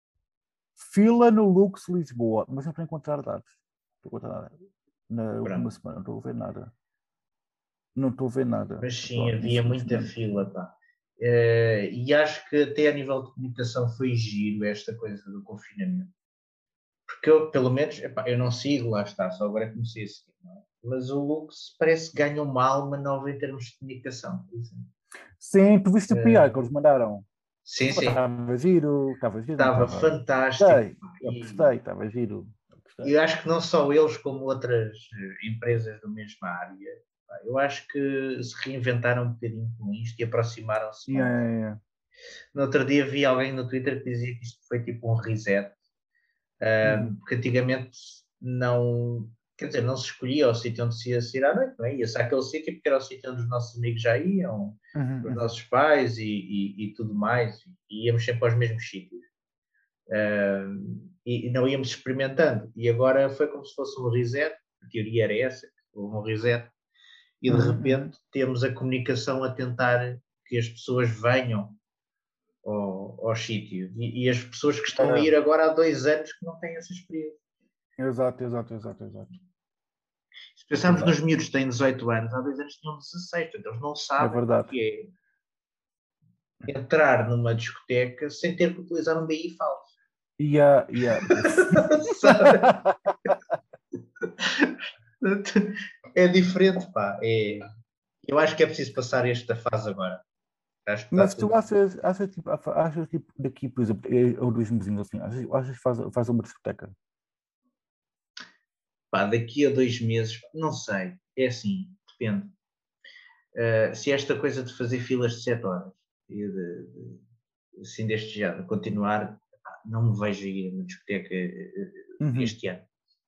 Fila no Lux Lisboa, mas não estou a encontrar dados. Estou a encontrar nada. Na última Pronto. semana, não estou a ver nada. Não estou a ver nada. Mas sim, Pronto, havia muita infelizmente. fila, pá. Uh, e acho que até a nível de comunicação foi giro esta coisa do confinamento. Porque eu, pelo menos, epá, eu não sigo, lá está, só agora comecei a seguir, não é? Mas o Lux parece que ganha uma alma nova em termos de comunicação, por exemplo. Sim, tu viste o P R que Uh, eles mandaram. sim, Opa, sim, estava giro, estava giro, não estava estava. fantástico. Gostei, Pá. eu E gostei, estava giro. Eu e gostei. eu acho que não só eles, como outras eh, empresas da mesma área, pá, eu acho que se reinventaram um bocadinho com isto e aproximaram-se Yeah, mais. yeah, yeah. No outro dia vi alguém no Twitter que dizia que isto foi tipo um reset. Um, Uhum, porque antigamente não, quer dizer, não se escolhia o sítio onde se ia sair à noite, não é? Ia-se àquele sítio porque era o sítio onde os nossos amigos já iam, uhum, os uhum. nossos pais e, e, e tudo mais, e íamos sempre aos mesmos sítios. Um, e, e não íamos experimentando. E agora foi como se fosse um reset, a teoria era essa, houve um reset, e de Uhum, uhum. repente temos a comunicação a tentar que as pessoas venham ao, aos sítios. E, e as pessoas que estão a É, ir agora há dois anos que não têm essa experiência. exato, exato, exato, exato. Se pensarmos nos Exato. miúdos que têm dezoito anos, há dois anos tinham dezasseis, portanto eles não É sabem o verdade. que é entrar numa discoteca sem ter que utilizar um B I falso. Yeah, yeah. Sabe? É diferente, pá. É... Eu acho que é preciso passar esta fase agora. Acho que está Mas tu tudo. achas, achas, tipo, achas tipo daqui, por exemplo, é, ou dos vizinhos assim, achas, achas que faz, faz uma discoteca? Pá, daqui a dois meses, não sei. É assim, depende. Uh, se esta coisa de fazer filas de sete horas e de, de, assim deste género continuar, pá, não me vejo ir a uma discoteca uh, Uhum. este ano.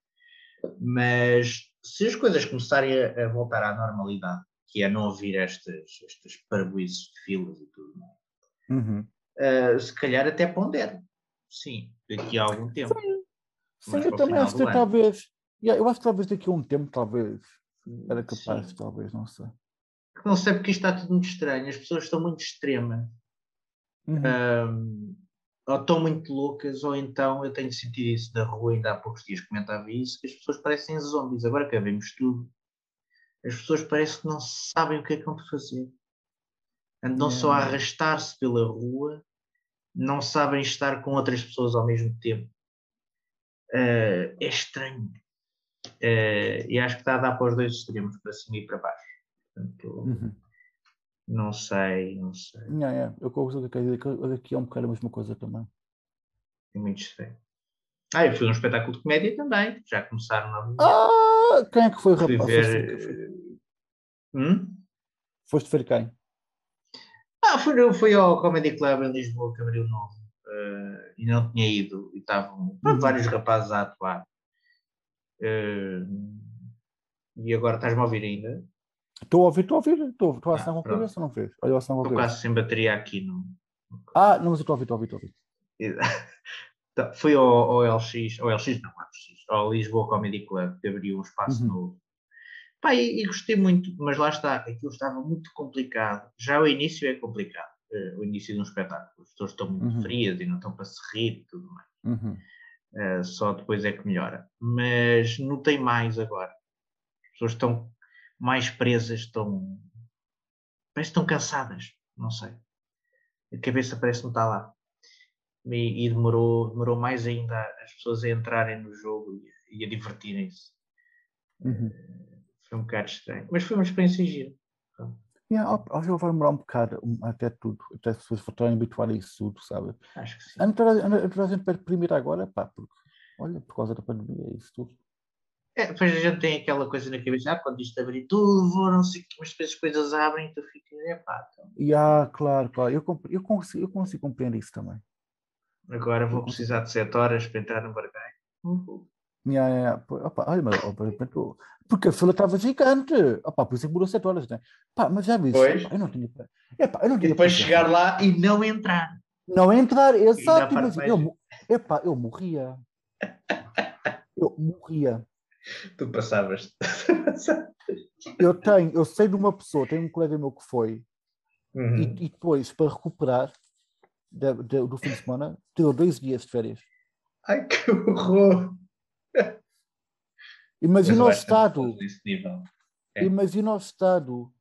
Mas se as coisas começarem a, a voltar à normalidade, que é não ouvir estas, estas parboices de filas e tudo, Uhum. uh, se calhar até pondero. Sim, daqui a algum tempo. Sim, sim, Mais eu para o também final acho do que ano. talvez, yeah, eu acho que talvez daqui a um tempo, talvez, era capaz, Sim. talvez, não sei. Não sei porque isto está tudo muito estranho. As pessoas estão muito extremas. Uhum. Um, ou estão muito loucas, ou então eu tenho sentido isso da rua, ainda há poucos dias comentava isso, que as pessoas parecem zombies. Agora que vemos tudo, as pessoas parecem que não sabem o que é que vão fazer. Andam Yeah, só a yeah. arrastar-se pela rua, não sabem estar com outras pessoas ao mesmo tempo. Uh, é estranho. Uh, e acho que está a dar para os dois extremos, para cima e para baixo. Portanto, Uhum. Não sei, não sei. Yeah, yeah. Eu consigo dizer que aqui é um bocado a mesma coisa também. É muito estranho. Ah, eu fui a um espetáculo de comédia também. Já começaram novamente. Ah, quem é que foi, Fui rapaz? ver. Foste ver, foste, Hum? foste ver quem? Ah, fui, fui ao Comedy Club em Lisboa, que abriu novo. Uh, e não tinha ido. E estavam pronto, Uhum. vários rapazes a atuar. Uh, e agora estás-me a ouvir ainda? Estou a ouvir, estou a ouvir. Estou estou a assinar Ah, alguma coisa pronto. ou se não fez? Olha, eu assinar alguma Estou coisa. quase sem bateria aqui no. Ah, não, mas eu estou a ouvir, estou a ouvir, estou a ouvir. Então, fui ao, ao L X, ao L X não, L X, ao Lisboa Comedy Club, que abriu um espaço Uhum. novo. Pá, e, e gostei muito, mas lá está, aquilo estava muito complicado. Já o início é complicado, uh, o início de um espetáculo. As pessoas estão muito Uhum. frias e não estão para se rir e tudo mais. Uhum. Uh, só depois é que melhora. Mas notei mais agora. As pessoas estão mais presas, estão. Parece que estão cansadas, não sei. A cabeça parece que não está lá. E, e demorou, demorou mais ainda as pessoas a entrarem no jogo e, e a divertirem-se. Uhum. Foi um bocado estranho, mas foi uma experiência gira. Yeah, acho que vai demorar um bocado um, até tudo, até as pessoas voltarem a habituar a isso tudo, sabe? Acho que sim. Ando toda ando toda a gente para deprimir agora, pá, porque, olha, por causa da pandemia, é isso tudo. É, depois a gente tem aquela coisa na cabeça, ah, quando isto abrir tudo, vou, não sei o que, mas depois as coisas abrem e tu ficas, é pá, então, E ah, claro, claro, eu, compre- eu, consigo, eu consigo compreender isso também. agora Eu vou precisar consigo. de sete horas para entrar no barbeiro. Uhum. Yeah, yeah, yeah. Pô, opa, olha, mas, ó, de repente, eu- porque a fila estava gigante. Opa, por isso é que demorou sete horas, né? Pá, mas já viste, Pois. epá, eu não tinha, epá, eu não E tinha depois paciência. chegar lá e não entrar. Não entrar, Ainda a exato, parte imagina, mais. eu, mo- epá, eu morria. Eu morria. Tu passavas. Eu tenho, eu sei de uma pessoa, tenho um colega meu que foi, e, Uhum. e depois, para recuperar da- da- do fim de semana, tirou dois dias de férias. Ai, que horror! Mas Imagina eu o acho que estamos todos estado, nesse nível. É, imagina o estado.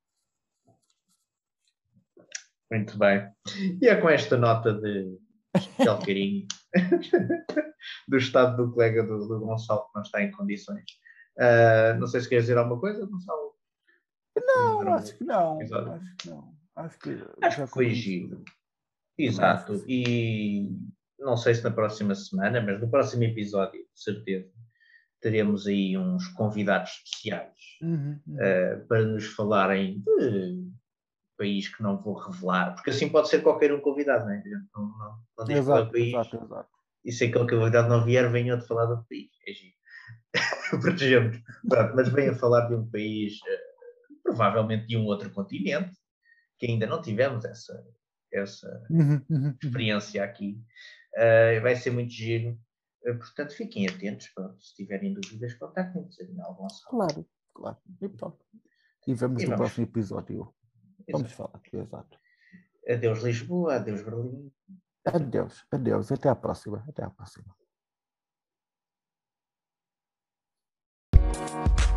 muito bem. E é com esta nota de especial carinho do estado do colega do, do Gonçalo que não está em condições. Uh, não sei se queres dizer alguma coisa, Gonçalo. Não, Terminar acho o que não, episódio. acho que não. Acho que Acho já que foi cobrimos giro. tudo. Também acho que Exato. sim. E não sei se na próxima semana, mas no próximo episódio, de certeza, teremos aí uns convidados especiais Uhum, uhum. uh, para nos falarem de país que não vou revelar, porque assim pode ser qualquer um convidado, não é? Não, não, não diz qual é o Exato, país, exato, exato. e se aquele convidado não vier, venha outro falar do país. É giro. Protegemos. Pronto, mas venha falar de um país, uh, provavelmente de um outro continente, que ainda não tivemos essa, essa Uhum, uhum, uhum. experiência aqui. Uh, vai ser muito giro. Uh, portanto, fiquem atentos. Pronto, se tiverem dúvidas, contactem-nos em algum sal. Claro, claro. E pronto. E vemos E no vamos. próximo episódio. Vamos Exato. falar, exato. Adeus Lisboa, adeus Berlim. Até breve. Adeus, adeus. Até a próxima. Até a próxima.